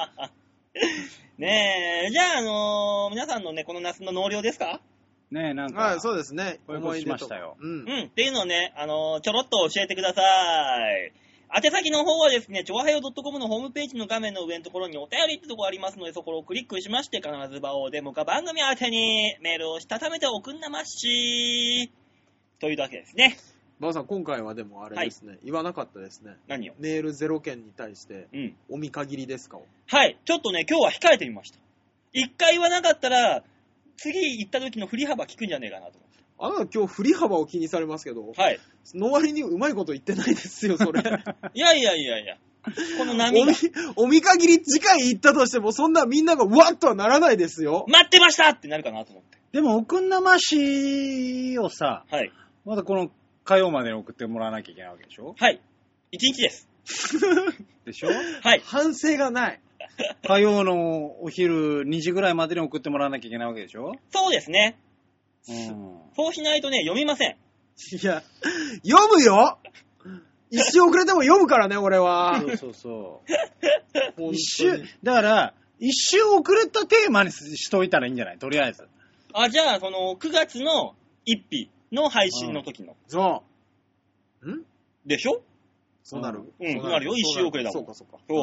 ねえ、じゃあ、皆さんのね、この夏の納涼ですか？ ねえ、なんか。 そうですね。 思い出しましたよ。 っていうのをね、ちょろっと教えてください。宛先の方はですね、ちょわはよ .com のホームページの画面の上のところにお便りってとこありますので、そこをクリックしまして、必ず場をデモか番組宛てにメールをしたためておくんなましというわけですね。 馬王さん、今回はでもあれですね、言わなかったですね。 何を？ メール0件に対して、お見限りですか？ はい。ちょっとね、今日は控えてみました。一回言わなかったら、次行った時の振り幅効くんじゃねえかなと思って。 あなた今日振り幅を気にされますけど、 はい。 の割にうまいこと言ってないですよ、それ。 いや。この波が。 お見限り次回行ったとしても、そんなみんながわっとはならないですよ。 待ってましたってなるかなと思って。 でも、おくんなましをさ、 はい。 まだこの火曜までに送ってもらわなきゃいけないわけでしょ？ はい。1日です。 でしょ？ はい。 反省がない。 火曜のお昼2時ぐらいまでに送ってもらわなきゃいけないわけでしょ？ そうですね。そうしないとね、読みません。 いや、読むよ！一周遅れても読むからね、俺は。 そう。だから、一周遅れたテーマにしといたらいいんじゃない？とりあえず。 じゃあ、その、9月の1日の配信の時の。 そう。 でしょ？ そうなる。 そうなるよ、一周遅れだもん。 そうか。 そう。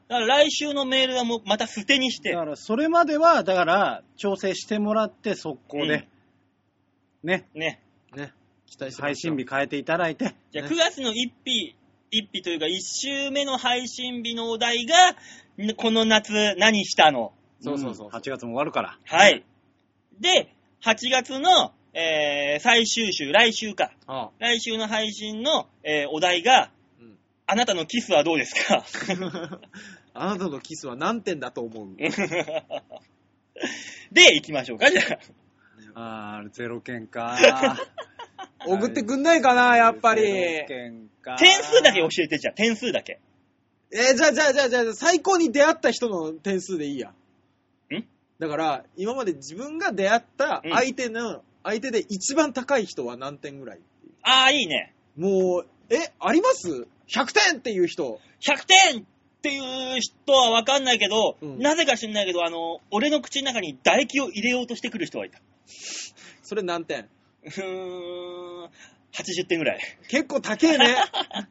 だから来週のメールはもうまた捨てにして。 だからそれまでは、だから調整してもらって速攻で、ね。 期待して配信日変えていただいて。 じゃあ9月の1日というか1週目の配信日のお題が、この夏何したの。 そう。 8月も終わるから。 はい。で、8月の、最終週、来週か。来週の配信の、お題が、あなたのキスはどうですかあなたのキスは何点だと思うで、行きましょうか、じゃあ。 0件か。 送ってくんないかな、やっぱり。0 件か。点数だけ教えて、じゃあ、点数だけ。 じゃあ、最高に出会った人の点数でいいや。だから、今まで自分が出会った相手で一番高い人は何点ぐらいっていう。 ああ、いいね。 もう、あります ?100 点っていう人。 100点っていう人は分かんないけど、なぜか知んないけど、俺の口の中に唾液を入れようとしてくる人がいた。 それ何点 ？80点ぐらい。 結構高えね。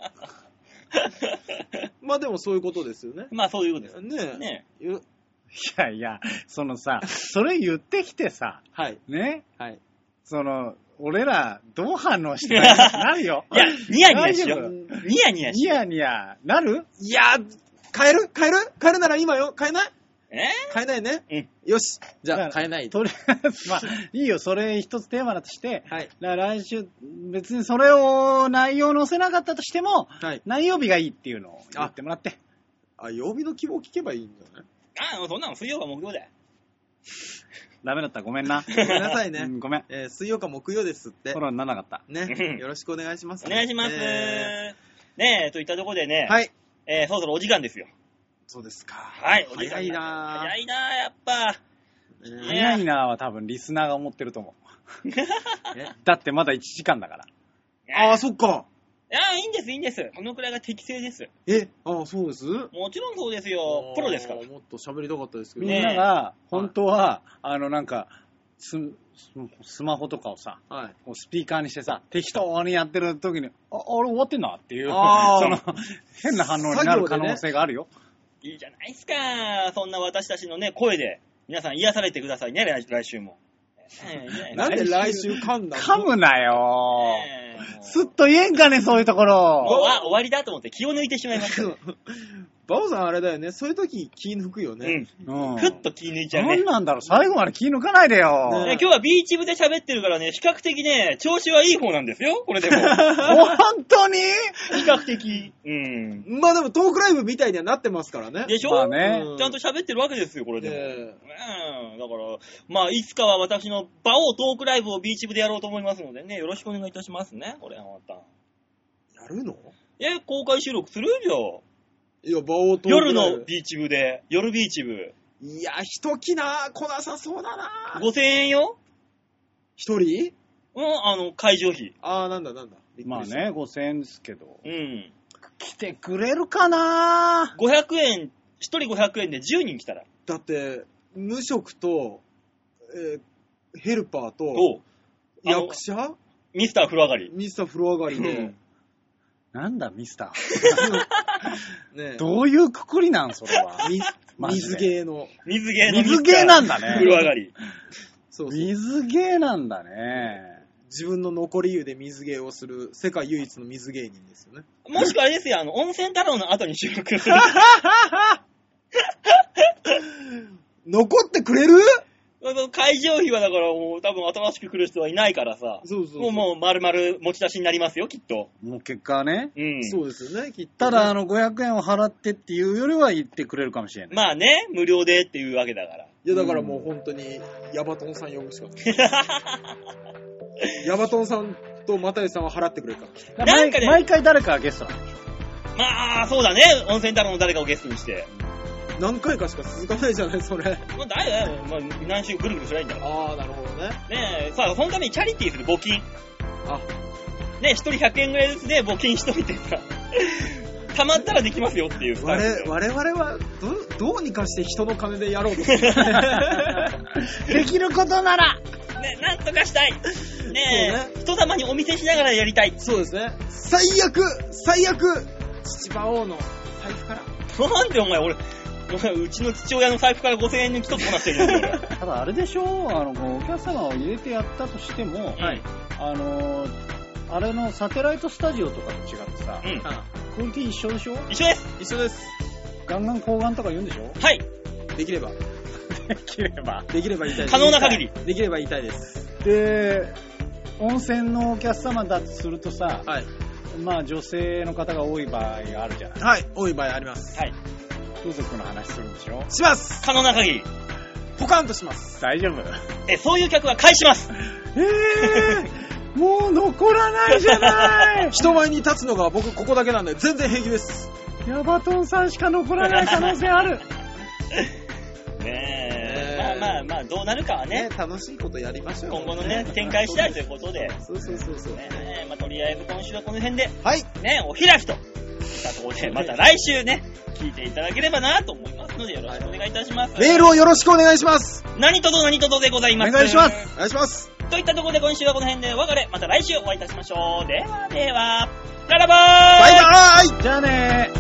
まあでもそういうことですよね。 まあそういうことです。 ねえ。 いや、そのさ、それ言ってきてさ、 はい。 ね。 はい。 俺ら、どう反応してなるよ。 いや、ニヤニヤしよう。ニヤニヤしよう。 ニヤニヤ、なる？ いや、変えるなら今よ。変えない？変えないね。 うん。 よし。じゃあ、変えない。 とりあえず、まあ、いいよ、それ一つテーマだとして、 はい。 だから来週、別にそれを内容載せなかったとしても、 はい。 何曜日がいいっていうのを言ってもらって。 曜日の希望聞けばいいんだよね。 そんなの水曜か木曜だよ。 ダメだったらごめんな。 ごめんなさいね。 ごめん。 水曜か木曜ですって。 フォローにならなかった。 ね。よろしくお願いします。 お願いします。ねえ、といったところでね。 はい。 そろそろお時間ですよ。 そうですか。 はい、お時間。 早いな早いなやっぱ。 早いなは多分リスナーが思ってると思う。だってまだ1時間だから。 そっか。 いや、いいんです。このくらいが適正です。 そうです？ もちろんそうですよ。プロですから。 もっと喋りたかったですけど。 みんなが、本当は、なんか、スマホとかをさ、スピーカーにしてさ、適当にやってる時に、あれ終わってんなっていう、変な反応になる可能性があるよ。 いいじゃないですか。そんな私たちのね、声で、皆さん癒されてくださいね、来週も。 なんで来週噛んだの？ 噛むなよ。すっと言えんかね、そういうところ。 もう終わりだと思って気を抜いてしまいました。 バオさんあれだよね、そういう時気抜くよね。 ふっと気抜いちゃうね。 なんなんだろう、最後まで気抜かないでよ。 今日はビーチ部で喋ってるからね、比較的ね、調子はいい方なんですよ、これでも。 本当に？ 比較的。 まあでもトークライブみたいにはなってますからね。 でしょ？ まあね。 ちゃんと喋ってるわけですよ、これでも。だから、まあいつかは私のバオトークライブをビーチ部でやろうと思いますのでね、よろしくお願いいたしますね、これはまた。 やるの？ 公開収録するよ。 いや、バオトーク夜のビーチ部で、夜ビーチ部。 いや、一気な、来なさそうだな。 5000円よ。 一人？ 会場費。 なんだ。 まあね、5000円ですけど。 来てくれるかな ？500円、一人500円で10人来たら。 だって、無職と、ヘルパーと、役者？ ミスター風呂上がり。 ミスター風呂上がりで。 なんだ、ミスター。どういうくくりなんそれは。 水芸の。 水芸なんだね。 風呂上がり。 水芸なんだね。 自分の残り湯で水芸をする世界唯一の水芸人ですよね。 もしくはあれですよ、温泉太郎の後に収録する。 残ってくれる？ 会場費はだからもう多分新しく来る人はいないからさ。もう丸々持ち出しになりますよ、きっと。 もう結果はね。 そうですよね、きっと、ね。 ただ500円を払ってっていうよりは言ってくれるかもしれない。 まあね、無料でっていうわけだから。 いやだからもう本当に、ヤバトンさん呼ぶしかない。ヤバトンさんと又吉さんは払ってくれるから。 なんかね、 毎回誰かがゲストなの。 まあ、そうだね。温泉太郎の誰かをゲストにして。 何回かしか続かないじゃない、それ。 もう誰だよ。まあ、何週ぐるぐるすりゃいいんだから。 なるほどね。 ねえ、さあ、そのためにチャリティーする募金。ねえ、一人100円ぐらいずつで募金しといてさ。溜まったらできますよっていうスタイル。 我々はどうにかして人の金でやろうとする。 できることならね、なんとかしたい。ねえ、人様にお見せしながらやりたい。 そうですね。最悪、父馬王の財布からなんでお前、うちの父親の財布から5000円抜き取ってもらってるんだよ、 ただあれでしょ、お客様を入れてやったとしても、はい、あれのサテライトスタジオとかと違ってさ、クオリティ一緒でしょ？ 一緒です。 一緒です。 ガンガン睾丸とか言うんでしょ？ はい。 できれば。 できれば言いたいです。 可能な限り。 できれば言いたいです。 で、温泉のお客様だとするとさ、 はい。 まあ女性の方が多い場合があるじゃない。 はい、多い場合あります。 はい。 風俗の話するんでしょ？ します。 可能な限り。 ポカンとします。 大丈夫？ そういう客は返します。 もう残らないじゃない人前に立つのが僕ここだけなんで全然平気です。 ヤバトンさんしか残らない可能性ある。 ねえ、まあどうなるかはね、 楽しいことやりましょう。 今後のね展開次第ということで、 そうね、まあとりあえず今週はこの辺で、 はいね、お開きといったところで、また来週ね聞いていただければなと思いますのでよろしくお願いいたします。 メールをよろしくお願いします。 何とぞでございます。 お願いします。 お願いします。 といったところで今週はこの辺でお別れ。また来週お会いいたしましょう。ではでは、バイバーイ。 じゃあねー。